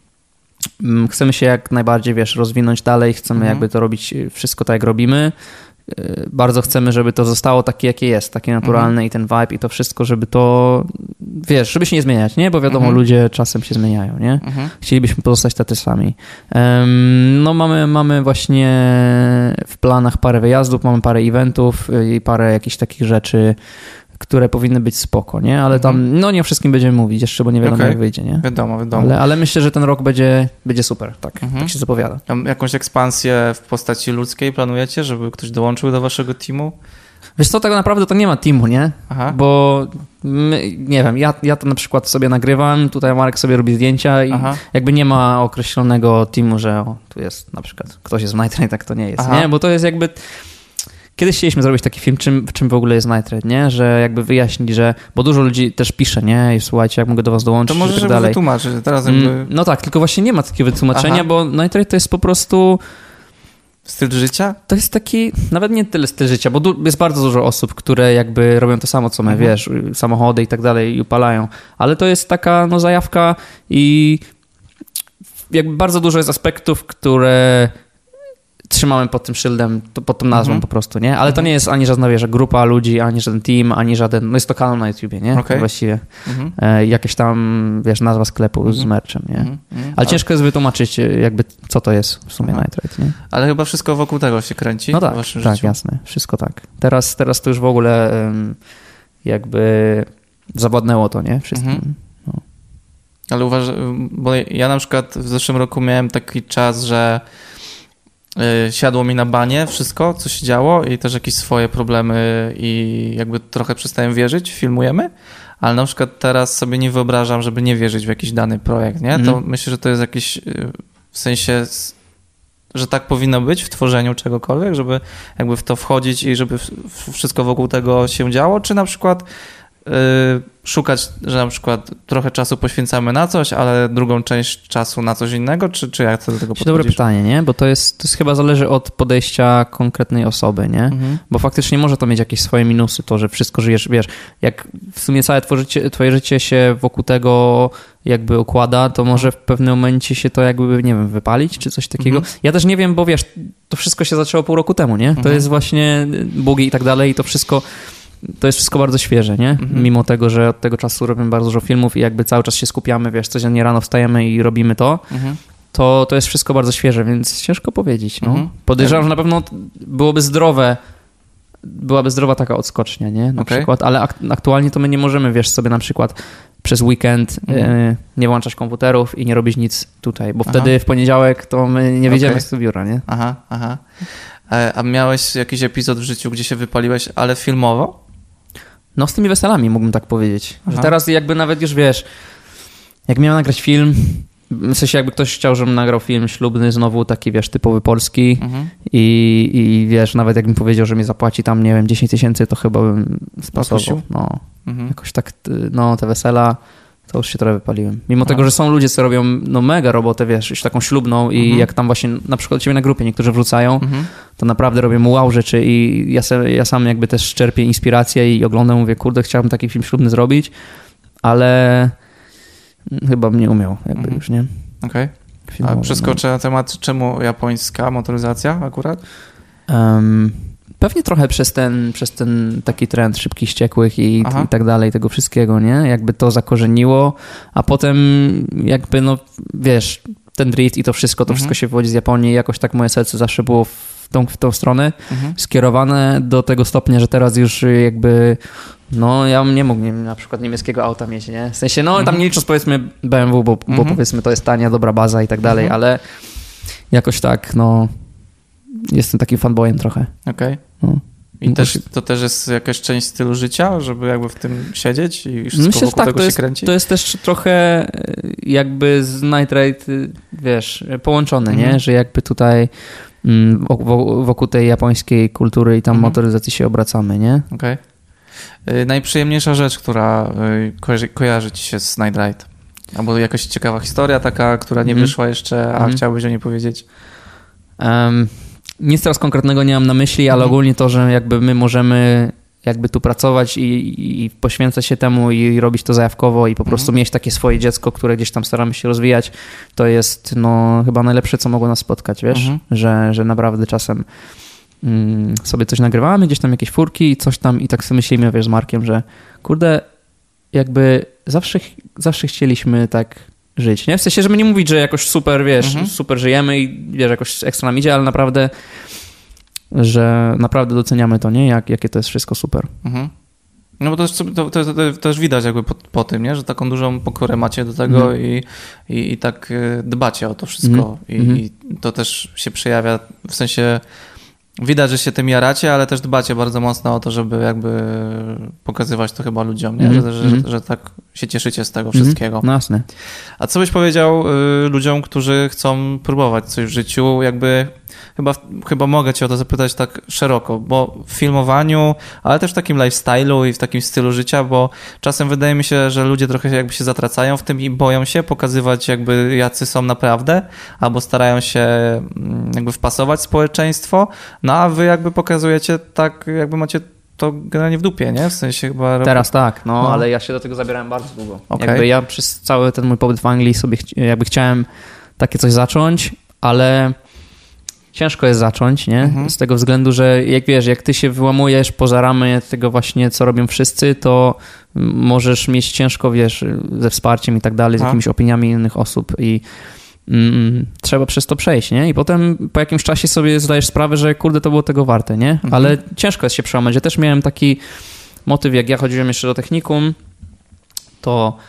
[SPEAKER 2] chcemy się jak najbardziej, wiesz, rozwinąć dalej, chcemy mm-hmm. jakby to robić wszystko tak, jak robimy. Bardzo chcemy, żeby to zostało takie, jakie jest, takie naturalne mhm. i ten vibe i to wszystko, żeby to, wiesz, żeby się nie zmieniać, nie? Bo wiadomo, mhm. ludzie czasem się zmieniają, nie? Mhm. Chcielibyśmy pozostać tacy sami. Um, no mamy, mamy właśnie w planach parę wyjazdów, mamy parę eventów i parę jakichś takich rzeczy, które powinny być spoko, nie? Ale tam, mhm. no nie o wszystkim będziemy mówić jeszcze, bo nie wiadomo, okay. jak wyjdzie, nie?
[SPEAKER 1] Wiadomo, wiadomo.
[SPEAKER 2] Ale, ale myślę, że ten rok będzie, będzie super, tak, mhm. tak się zapowiada.
[SPEAKER 1] A jakąś ekspansję w postaci ludzkiej planujecie, żeby ktoś dołączył do waszego teamu?
[SPEAKER 2] Wiesz co, tak naprawdę to nie ma teamu, nie? Aha. Bo my, nie wiem, ja, ja to na przykład sobie nagrywam, tutaj Marek sobie robi zdjęcia i Aha. jakby nie ma określonego teamu, że o, tu jest na przykład ktoś jest w Night Ride, tak to nie jest, Aha. nie? Bo to jest jakby... Kiedyś chcieliśmy zrobić taki film, czym, w czym w ogóle jest Night Ride, nie? Że jakby wyjaśnić, że... Bo dużo ludzi też pisze, nie? I słuchajcie, jak mogę do was dołączyć,
[SPEAKER 1] to może,
[SPEAKER 2] i tak
[SPEAKER 1] żeby
[SPEAKER 2] dalej.
[SPEAKER 1] wytłumaczyć. Teraz jakby... Mm,
[SPEAKER 2] no tak, tylko właśnie nie ma takiego wytłumaczenia, Aha. bo Night Ride to jest po prostu...
[SPEAKER 1] Styl życia?
[SPEAKER 2] To jest taki... Nawet nie tyle styl życia, bo du- jest bardzo dużo osób, które jakby robią to samo, co my, mhm. wiesz, samochody i tak dalej i upalają. Ale to jest taka, no, zajawka i jakby bardzo dużo jest aspektów, które... trzymamy pod tym szyldem, pod tą nazwą mm-hmm. po prostu, nie? Ale mm-hmm. to nie jest ani żadna, wiesz, grupa ludzi, ani żaden team, ani żaden... No jest to kanał na YouTubie, nie? Okay. Właściwie. Mm-hmm. E, jakieś tam, wiesz, nazwa sklepu mm-hmm. z merchem, nie? Mm-hmm. Ale ciężko jest wytłumaczyć jakby, co to jest w sumie Aha. Night Ride, nie?
[SPEAKER 1] Ale chyba wszystko wokół tego się kręci
[SPEAKER 2] no tak,
[SPEAKER 1] w waszym
[SPEAKER 2] tak,
[SPEAKER 1] życiu.
[SPEAKER 2] jasne. Wszystko tak. Teraz, teraz to już w ogóle um, jakby zawładnęło to, nie? Wszystkim. Mm-hmm. No.
[SPEAKER 1] Ale uważam, bo ja na przykład w zeszłym roku miałem taki czas, że y, siadło mi na banie wszystko, co się działo i też jakieś swoje problemy i jakby trochę przestałem wierzyć, filmujemy, ale na przykład teraz sobie nie wyobrażam, żeby nie wierzyć w jakiś dany projekt, nie? Mm. To myślę, że to jest jakiś y, w sensie, że tak powinno być w tworzeniu czegokolwiek, żeby jakby w to wchodzić i żeby wszystko wokół tego się działo, czy na przykład szukać, że na przykład trochę czasu poświęcamy na coś, ale drugą część czasu na coś innego, czy, czy jak to do tego podchodzisz?
[SPEAKER 2] Dobre pytanie, nie? Bo to jest, to jest chyba zależy od podejścia konkretnej osoby, nie? Mhm. Bo faktycznie może to mieć jakieś swoje minusy, to, że wszystko żyjesz, wiesz, jak w sumie całe twoje życie, twoje życie się wokół tego jakby układa, to może w pewnym momencie się to jakby, nie wiem, wypalić, czy coś takiego. Mhm. Ja też nie wiem, bo wiesz, to wszystko się zaczęło pół roku temu, nie? To mhm. jest właśnie bugi i tak dalej i to wszystko to jest wszystko bardzo świeże, nie? Mhm. Mimo tego, że od tego czasu robimy bardzo dużo filmów i jakby cały czas się skupiamy, wiesz, codziennie rano wstajemy i robimy to, mhm. to, to jest wszystko bardzo świeże, więc ciężko powiedzieć, no. Mhm. Podejrzewam, że na pewno byłoby zdrowe, byłaby zdrowa taka odskocznia, nie? Na okay. przykład, ale ak- aktualnie to my nie możemy, wiesz, sobie na przykład przez weekend mhm. y, nie włączać komputerów i nie robić nic tutaj, bo aha. wtedy w poniedziałek to my nie wyjdziemy okay. z biura, nie?
[SPEAKER 1] Aha, aha. A miałeś jakiś epizod w życiu, gdzie się wypaliłeś, ale filmowo?
[SPEAKER 2] No z tymi weselami mógłbym tak powiedzieć. Że teraz jakby nawet już wiesz, jak miałem nagrać film, w sensie jakby ktoś chciał, żebym nagrał film ślubny znowu taki wiesz, typowy polski mhm. i, i wiesz, nawet jak mi powiedział, że mi zapłaci tam, nie wiem, dziesięć tysięcy, to chyba bym spasował. No, mhm. jakoś tak, no te wesela, to już się trochę wypaliłem. Mimo no. tego, że są ludzie, co robią no mega robotę, wiesz, już taką ślubną i mhm. jak tam właśnie na przykład ciebie na grupie niektórzy wrzucają, mhm. to naprawdę robią wow rzeczy i ja, se, ja sam jakby też czerpię inspirację i oglądam, mówię, kurde, chciałbym taki film ślubny zrobić, ale chyba bym nie umiał jakby mhm. już, nie?
[SPEAKER 1] Okej. Okay. A przeskoczę no. na temat, czemu japońska motoryzacja akurat?
[SPEAKER 2] Um, Pewnie trochę przez ten, przez ten taki trend szybkich, ściekłych i, i tak dalej, tego wszystkiego, nie? Jakby to zakorzeniło, a potem jakby, no wiesz, ten drift i to wszystko, to mhm. wszystko się wywodzi z Japonii i jakoś tak moje serce zawsze było w tą, w tą stronę mhm. skierowane do tego stopnia, że teraz już jakby, no ja nie mógł nie, na przykład niemieckiego auta mieć, nie? W sensie, no mhm. tam nie licząc powiedzmy B M W, bo, mhm. bo powiedzmy to jest tania, dobra baza i tak dalej, mhm. ale jakoś tak, no jestem takim fanboyem trochę.
[SPEAKER 1] Okej. Okay. No. I no też, to też jest jakaś część stylu życia, żeby jakby w tym siedzieć i wszystko Myślę, wokół tak, tego
[SPEAKER 2] to
[SPEAKER 1] się
[SPEAKER 2] jest,
[SPEAKER 1] kręci?
[SPEAKER 2] To jest też trochę jakby z Night Ride, wiesz, połączone, mhm. nie? Że jakby tutaj wokół tej japońskiej kultury i tam mhm. motoryzacji się obracamy, nie?
[SPEAKER 1] Okej. Okay. Najprzyjemniejsza rzecz, która kojarzy, kojarzy ci się z Night Ride? Albo jakaś ciekawa historia taka, która nie mhm. wyszła jeszcze, a mhm. chciałbyś o niej powiedzieć?
[SPEAKER 2] Um, Nic teraz konkretnego nie mam na myśli, ale mhm. ogólnie to, że jakby my możemy jakby tu pracować i, i poświęcać się temu i robić to zajawkowo i po prostu mhm. mieć takie swoje dziecko, które gdzieś tam staramy się rozwijać, to jest no chyba najlepsze, co mogło nas spotkać, wiesz? Mhm. Że, że naprawdę czasem mm, sobie coś nagrywamy, gdzieś tam jakieś furki i coś tam i tak sobie myślimy, wiesz, z Markiem, że kurde, jakby zawsze, zawsze chcieliśmy tak żyć, nie? W sensie, żeby nie mówić, że jakoś super, wiesz, mhm. super żyjemy i wiesz, jakoś ekstra nam idzie, ale naprawdę, że naprawdę doceniamy to, nie? Jak, jakie to jest wszystko super. Mhm.
[SPEAKER 1] No bo to, to, to, to też widać jakby po, po tym, nie? Że taką dużą pokorę macie do tego mhm. i, i, i tak dbacie o to wszystko mhm. I, mhm. i to też się przejawia, w sensie widać, że się tym jaracie, ale też dbacie bardzo mocno o to, żeby jakby pokazywać to chyba ludziom, nie? Mm-hmm. Że, że, że, że tak się cieszycie z tego wszystkiego.
[SPEAKER 2] Mm-hmm. No jasne.
[SPEAKER 1] A co byś powiedział y, ludziom, którzy chcą próbować coś w życiu, jakby chyba, chyba mogę cię o to zapytać tak szeroko, bo w filmowaniu, ale też w takim lifestyle'u i w takim stylu życia, bo czasem wydaje mi się, że ludzie trochę jakby się zatracają w tym i boją się pokazywać jakby jacy są naprawdę, albo starają się jakby wpasować w społeczeństwo, no a wy jakby pokazujecie tak, jakby macie to generalnie w dupie, nie? W sensie chyba...
[SPEAKER 2] Teraz tak, no, no. ale ja się do tego zabierałem bardzo długo. Okay. Jakby ja przez cały ten mój pobyt w Anglii sobie jakby chciałem takie coś zacząć, ale ciężko jest zacząć, nie? Mhm. Z tego względu, że jak wiesz, jak ty się wyłamujesz poza ramy tego właśnie, co robią wszyscy, to możesz mieć ciężko, wiesz, ze wsparciem i tak dalej, z A. jakimiś opiniami innych osób i mm, trzeba przez to przejść, nie? I potem po jakimś czasie sobie zdajesz sprawę, że kurde, to było tego warte, nie? Mhm. Ale ciężko jest się przełamać. Ja też miałem taki motyw, jak ja chodziłem jeszcze do technikum, to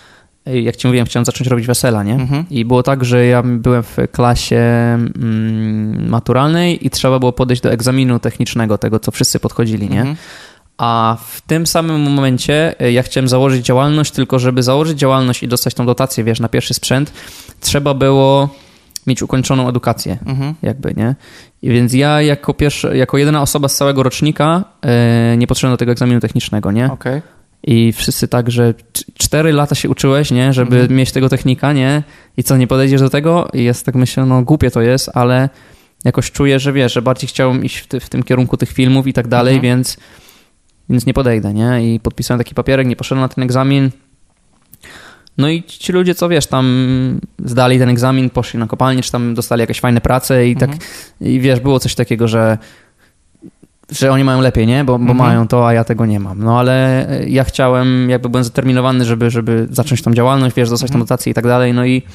[SPEAKER 2] jak ci mówiłem, chciałem zacząć robić wesela, nie?
[SPEAKER 1] Mhm.
[SPEAKER 2] I było tak, że ja byłem w klasie mm, maturalnej i trzeba było podejść do egzaminu technicznego, tego, co wszyscy podchodzili, nie?
[SPEAKER 1] Mhm.
[SPEAKER 2] A w tym samym momencie ja chciałem założyć działalność, tylko żeby założyć działalność i dostać tą dotację, wiesz, na pierwszy sprzęt, trzeba było mieć ukończoną edukację,
[SPEAKER 1] Mhm.
[SPEAKER 2] jakby, nie? I więc ja jako pierwsza, jako jedyna osoba z całego rocznika e, nie podszedłem do tego egzaminu technicznego, nie?
[SPEAKER 1] Okej.
[SPEAKER 2] I wszyscy tak, że c- cztery lata się uczyłeś, nie? Żeby
[SPEAKER 1] Mhm.
[SPEAKER 2] mieć tego technika, nie? I co, nie podejdziesz do tego? I jest tak, myślę, no głupie to jest, ale jakoś czuję, że wiesz, że bardziej chciałem iść w, ty, w tym kierunku tych filmów i tak dalej,
[SPEAKER 1] Mhm.
[SPEAKER 2] więc, więc nie podejdę, nie? I podpisałem taki papierek, nie poszedłem na ten egzamin. No i ci ludzie, co wiesz, tam zdali ten egzamin, poszli na kopalnię, czy tam dostali jakieś fajne prace i
[SPEAKER 1] Mhm.
[SPEAKER 2] tak, i wiesz, było coś takiego, że że oni mają lepiej, nie? Bo, bo
[SPEAKER 1] Mhm.
[SPEAKER 2] mają to, a ja tego nie mam. No ale ja chciałem, jakby byłem zdeterminowany, żeby, żeby zacząć tą działalność, wiesz, dostać
[SPEAKER 1] Mhm.
[SPEAKER 2] tą dotację i tak dalej. No i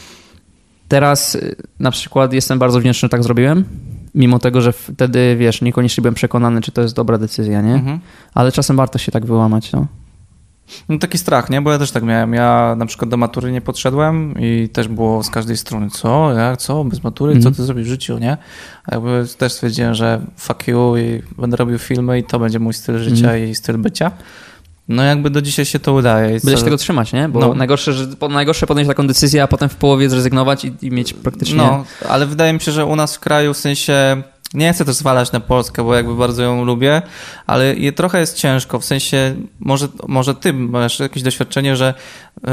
[SPEAKER 2] teraz y, na przykład jestem bardzo wdzięczny, że tak zrobiłem, mimo tego, że wtedy, wiesz, niekoniecznie byłem przekonany, czy to jest dobra decyzja, nie?
[SPEAKER 1] Mhm.
[SPEAKER 2] Ale czasem warto się tak wyłamać, no.
[SPEAKER 1] No taki strach, nie? Bo ja też tak miałem. Ja na przykład do matury nie podszedłem i też było z każdej strony, co? Jak? Co? Bez matury?
[SPEAKER 2] Mhm.
[SPEAKER 1] Co ty zrobisz w życiu, nie? A jakby też stwierdziłem, że fuck you i będę robił filmy i to będzie mój styl życia
[SPEAKER 2] Mhm.
[SPEAKER 1] i styl bycia. No jakby do dzisiaj się to udaje. I
[SPEAKER 2] Będziesz
[SPEAKER 1] co-
[SPEAKER 2] tego trzymać, nie? Bo
[SPEAKER 1] No.
[SPEAKER 2] najgorsze, że, po- najgorsze podjąć taką decyzję, a potem w połowie zrezygnować i, i mieć praktycznie...
[SPEAKER 1] No, ale wydaje mi się, że u nas w kraju w sensie... Nie chcę też zwalać na Polskę, bo jakby bardzo ją lubię, ale je, trochę jest ciężko, w sensie może, może ty masz jakieś doświadczenie, że yy,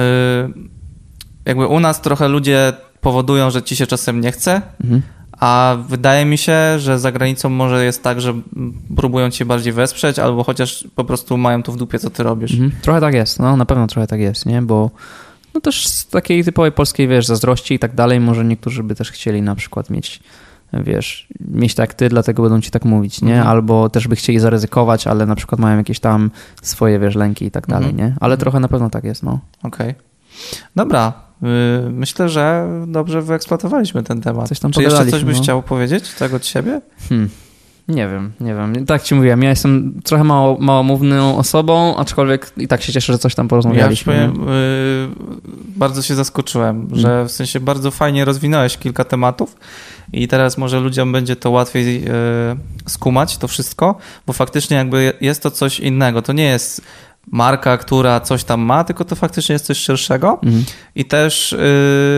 [SPEAKER 1] jakby u nas trochę ludzie powodują, że ci się czasem nie chce,
[SPEAKER 2] Mhm.
[SPEAKER 1] a wydaje mi się, że za granicą może jest tak, że próbują cię bardziej wesprzeć, albo chociaż po prostu mają to w dupie, co ty robisz.
[SPEAKER 2] Mhm. Trochę tak jest, no na pewno trochę tak jest, nie? Bo no też z takiej typowej polskiej, wiesz, zazdrości i tak dalej, może niektórzy by też chcieli na przykład mieć, wiesz, mieć tak jak ty, dlatego będą ci tak mówić, nie?
[SPEAKER 1] Mhm.
[SPEAKER 2] Albo też by chcieli zaryzykować, ale na przykład mają jakieś tam swoje, wiesz, lęki i tak dalej,
[SPEAKER 1] Mhm.
[SPEAKER 2] nie? Ale trochę na pewno tak jest, no.
[SPEAKER 1] Okej. Dobra. Yy, Myślę, że dobrze wyeksploatowaliśmy ten temat.
[SPEAKER 2] Coś tam
[SPEAKER 1] Czy jeszcze coś
[SPEAKER 2] pogadaliśmy,
[SPEAKER 1] byś
[SPEAKER 2] no.
[SPEAKER 1] chciał powiedzieć tak od siebie?
[SPEAKER 2] Hmm. Nie wiem, nie wiem. Tak ci mówiłem, ja jestem trochę mało, małomówną osobą, aczkolwiek i tak się cieszę, że coś tam
[SPEAKER 1] Ja już
[SPEAKER 2] porozmawialiśmy.
[SPEAKER 1] powiem, yy, bardzo się zaskoczyłem, że
[SPEAKER 2] Mm.
[SPEAKER 1] w sensie bardzo fajnie rozwinąłeś kilka tematów i teraz może ludziom będzie to łatwiej yy, skumać to wszystko, bo faktycznie jakby jest to coś innego. To nie jest marka, która coś tam ma, tylko to faktycznie jest coś szerszego.
[SPEAKER 2] Mhm.
[SPEAKER 1] I też yy,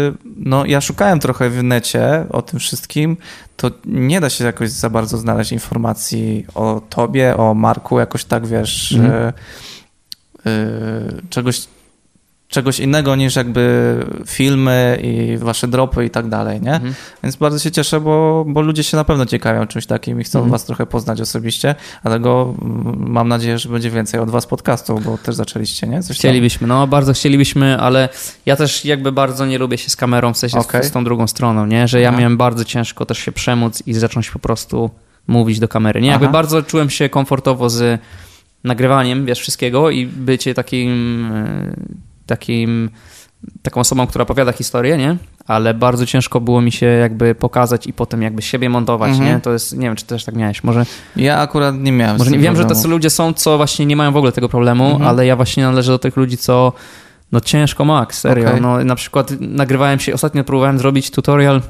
[SPEAKER 1] no, ja szukałem trochę w necie o tym wszystkim, to nie da się jakoś za bardzo znaleźć informacji o tobie, o Marku, jakoś tak, wiesz,
[SPEAKER 2] Mhm.
[SPEAKER 1] yy, yy, czegoś, czegoś innego niż jakby filmy i wasze dropy i tak dalej, nie?
[SPEAKER 2] Mhm.
[SPEAKER 1] Więc bardzo się cieszę, bo, bo ludzie się na pewno ciekawią czymś takim i chcą
[SPEAKER 2] Mhm.
[SPEAKER 1] was trochę poznać osobiście, dlatego mm, mam nadzieję, że będzie więcej od was podcastów, bo też zaczęliście, nie? Coś tam.
[SPEAKER 2] Chcielibyśmy, no bardzo chcielibyśmy, ale ja też jakby bardzo nie lubię się z kamerą, w sensie
[SPEAKER 1] Okej.
[SPEAKER 2] z, z tą drugą stroną, nie? Że ja
[SPEAKER 1] Aha.
[SPEAKER 2] miałem bardzo ciężko też się przemóc i zacząć po prostu mówić do kamery, nie? Jakby
[SPEAKER 1] Aha.
[SPEAKER 2] bardzo czułem się komfortowo z nagrywaniem, wiesz, wszystkiego i bycie takim, e, takim taką osobą, która opowiada historię, nie? Ale bardzo ciężko było mi się jakby pokazać i potem jakby siebie montować,
[SPEAKER 1] Mhm.
[SPEAKER 2] nie? To jest, nie wiem, czy też tak miałeś. Może,
[SPEAKER 1] Ja akurat nie miałem
[SPEAKER 2] może
[SPEAKER 1] z
[SPEAKER 2] nie
[SPEAKER 1] tym
[SPEAKER 2] wiem, że
[SPEAKER 1] problemu.
[SPEAKER 2] tacy ludzie są, co właśnie nie mają w ogóle tego problemu,
[SPEAKER 1] Mhm.
[SPEAKER 2] ale ja właśnie należę do tych ludzi, co no ciężko max, serio.
[SPEAKER 1] Okej.
[SPEAKER 2] No na przykład nagrywałem się, ostatnio próbowałem zrobić tutorial,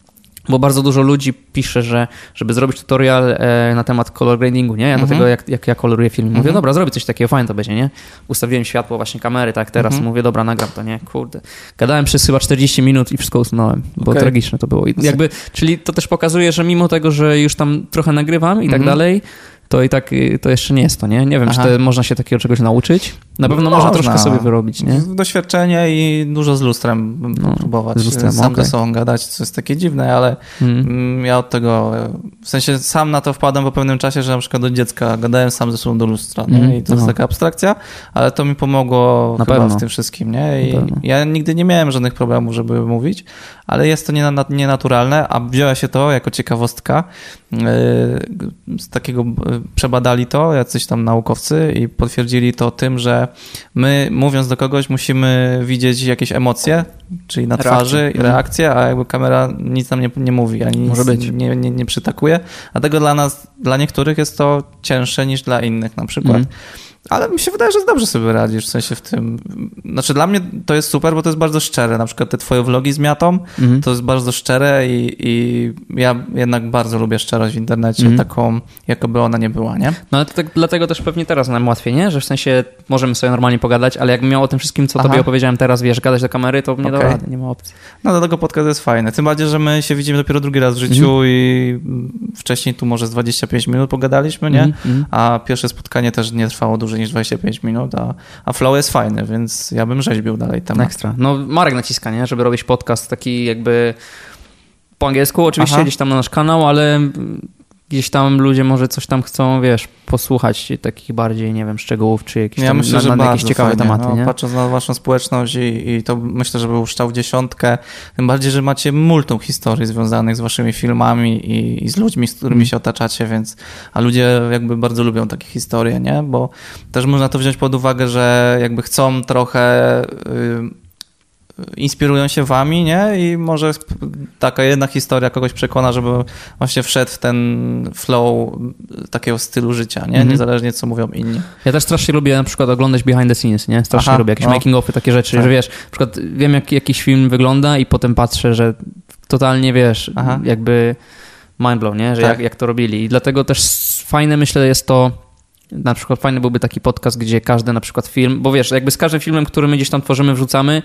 [SPEAKER 2] bo bardzo dużo ludzi pisze, że żeby zrobić tutorial e, na temat color gradingu, nie? Ja
[SPEAKER 1] Mhm.
[SPEAKER 2] do tego, jak, jak ja koloruję film. Mówię,
[SPEAKER 1] Mhm.
[SPEAKER 2] dobra, zrobię coś takiego, fajnie to będzie, nie? Ustawiłem światło, właśnie kamery, tak teraz.
[SPEAKER 1] Mhm.
[SPEAKER 2] Mówię, dobra, nagram to, nie? Kurde. Gadałem przez chyba czterdzieści minut i wszystko usunąłem, bo
[SPEAKER 1] Okej.
[SPEAKER 2] tragiczne to było. I jakby, czyli to też pokazuje, że mimo tego, że już tam trochę nagrywam i tak
[SPEAKER 1] Mhm.
[SPEAKER 2] dalej, to i tak y, to jeszcze nie jest to, nie? Nie wiem,
[SPEAKER 1] Aha.
[SPEAKER 2] czy to, można się takiego czegoś nauczyć. Na pewno można troszkę sobie wyrobić, nie?
[SPEAKER 1] Doświadczenie i dużo z lustrem bym
[SPEAKER 2] No,
[SPEAKER 1] próbować.
[SPEAKER 2] z lustrem,
[SPEAKER 1] sam
[SPEAKER 2] okej.
[SPEAKER 1] ze sobą gadać, co jest takie dziwne, ale
[SPEAKER 2] Mhm.
[SPEAKER 1] mm, ja od tego, w sensie sam na to wpadłem po pewnym czasie, że na przykład do dziecka gadałem sam ze sobą do lustra, nie?
[SPEAKER 2] Mhm.
[SPEAKER 1] I to jest
[SPEAKER 2] No.
[SPEAKER 1] taka abstrakcja, ale to mi pomogło
[SPEAKER 2] Na
[SPEAKER 1] chyba
[SPEAKER 2] pewno.
[SPEAKER 1] w tym wszystkim, nie? I
[SPEAKER 2] Na pewno.
[SPEAKER 1] ja nigdy nie miałem żadnych problemów, żeby mówić, ale jest to niena- nienaturalne, a wzięła się to jako ciekawostka. Yy, Z takiego yy, przebadali to jacyś tam naukowcy i potwierdzili to tym, że my mówiąc do kogoś musimy widzieć jakieś emocje, czyli na twarzy,
[SPEAKER 2] Reakcje.
[SPEAKER 1] reakcje, a jakby kamera nic nam nie, nie mówi, ani nic
[SPEAKER 2] Może być.
[SPEAKER 1] Nie, nie, nie przytakuje. Dlatego dla nas, dla niektórych jest to cięższe niż dla innych na przykład.
[SPEAKER 2] Mhm.
[SPEAKER 1] Ale mi się wydaje, że dobrze sobie radzisz, w sensie w tym... Znaczy dla mnie to jest super, bo to jest bardzo szczere. Na przykład te twoje vlogi z Miatą, mhm. to jest bardzo szczere i, i ja jednak bardzo lubię szczerość w internecie, mhm. taką, jakoby ona nie była, nie?
[SPEAKER 2] No ale to tak, dlatego też pewnie teraz nam łatwiej, nie? Że w sensie możemy sobie normalnie pogadać, ale jakbym miał o tym wszystkim, co Aha. tobie opowiedziałem teraz, wiesz, gadać do kamery, to nie okay. da rady, nie ma opcji.
[SPEAKER 1] No dlatego podcast jest fajny. Tym bardziej, że my się widzimy dopiero drugi raz w życiu mhm. i wcześniej tu może z dwadzieścia pięć minut pogadaliśmy, nie? Mhm. A pierwsze spotkanie też nie trwało dłużej niż dwadzieścia pięć minut, a, a flow jest fajny, więc ja bym rzeźbił dalej temat.
[SPEAKER 2] Ekstra. No Marek naciska, nie? Żeby robić podcast taki jakby po angielsku, oczywiście Aha. gdzieś tam na nasz kanał, ale gdzieś tam ludzie może coś tam chcą, wiesz, posłuchać takich bardziej, nie wiem, szczegółów, czy jakieś,
[SPEAKER 1] ja
[SPEAKER 2] tam,
[SPEAKER 1] myślę,
[SPEAKER 2] na, na
[SPEAKER 1] że
[SPEAKER 2] jakieś ciekawe
[SPEAKER 1] fajnie.
[SPEAKER 2] tematy,
[SPEAKER 1] no,
[SPEAKER 2] nie?
[SPEAKER 1] Patrząc na waszą społeczność i, i to myślę, że był szczał w dziesiątkę, tym bardziej, że macie multum historii związanych z waszymi filmami i, i z ludźmi, z którymi hmm. się otaczacie, więc a ludzie jakby bardzo lubią takie historie, nie? Bo też można to wziąć pod uwagę, że jakby chcą trochę... Yy, inspirują się wami, nie? I może taka jedna historia kogoś przekona, żeby właśnie wszedł w ten flow takiego stylu życia, nie? Mm-hmm. Niezależnie co mówią inni.
[SPEAKER 2] Ja też strasznie lubię na przykład oglądać behind the scenes, nie? Strasznie Aha, lubię jakieś no. making-ofy, takie rzeczy, tak. że wiesz, na przykład wiem jak jakiś film wygląda i potem patrzę, że totalnie wiesz, Aha. jakby mindblow, nie? Że tak. jak, jak to robili. I dlatego też fajne myślę jest to, na przykład fajny byłby taki podcast, gdzie każdy na przykład film, bo wiesz, jakby z każdym filmem, który my gdzieś tam tworzymy, wrzucamy,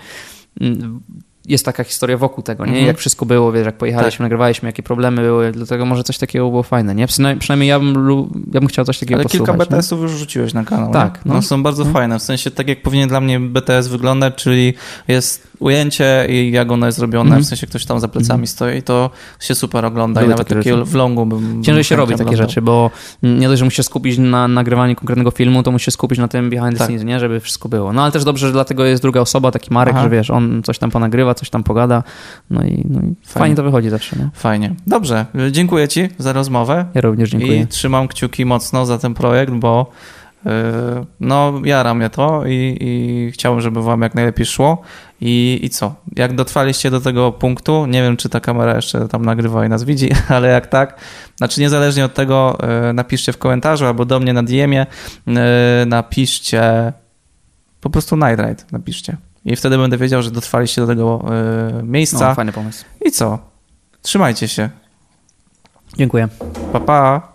[SPEAKER 2] jest taka historia wokół tego, nie? Mm-hmm. Jak wszystko było, wiesz, jak pojechaliśmy, tak. nagrywaliśmy, jakie problemy były, dlatego może coś takiego było fajne, nie? Przynajmniej, przynajmniej ja, bym, ja bym chciał coś takiego
[SPEAKER 1] Ale
[SPEAKER 2] posłuchać.
[SPEAKER 1] kilka B T S-ów już rzuciłeś na kanał,
[SPEAKER 2] tak.
[SPEAKER 1] No. no są bardzo no. fajne, w sensie tak jak powinien dla mnie B T S wyglądać, czyli jest ujęcie i jak ono jest zrobione, mm-hmm. w sensie ktoś tam za plecami mm-hmm. stoi i to się super ogląda
[SPEAKER 2] Były
[SPEAKER 1] i nawet takiego vlogu bym...
[SPEAKER 2] Ciężej się robi takie rzeczy, bo nie dość, że musisz skupić na nagrywaniu konkretnego filmu, to musisz skupić na tym behind the tak. scenes, nie? Żeby wszystko było. No ale też dobrze, że dlatego jest druga osoba, taki Marek, Aha. że wiesz, on coś tam ponagrywa, coś tam pogada, no i, no i fajnie. fajnie to wychodzi zawsze, nie?
[SPEAKER 1] Fajnie. Dobrze, dziękuję ci za rozmowę.
[SPEAKER 2] Ja również dziękuję.
[SPEAKER 1] I trzymam kciuki mocno za ten projekt, bo yy, no jara mnie to i, i chciałbym, żeby wam jak najlepiej szło. I, I co? Jak dotrwaliście do tego punktu, nie wiem, czy ta kamera jeszcze tam nagrywa i nas widzi, ale jak tak, znaczy niezależnie od tego yy, napiszcie w komentarzu albo do mnie na D M-ie, yy, napiszcie po prostu Night Ride, napiszcie. I wtedy będę wiedział, że dotrwaliście do tego yy, miejsca.
[SPEAKER 2] No, fajny pomysł.
[SPEAKER 1] I co? Trzymajcie się.
[SPEAKER 2] Dziękuję.
[SPEAKER 1] Pa, pa.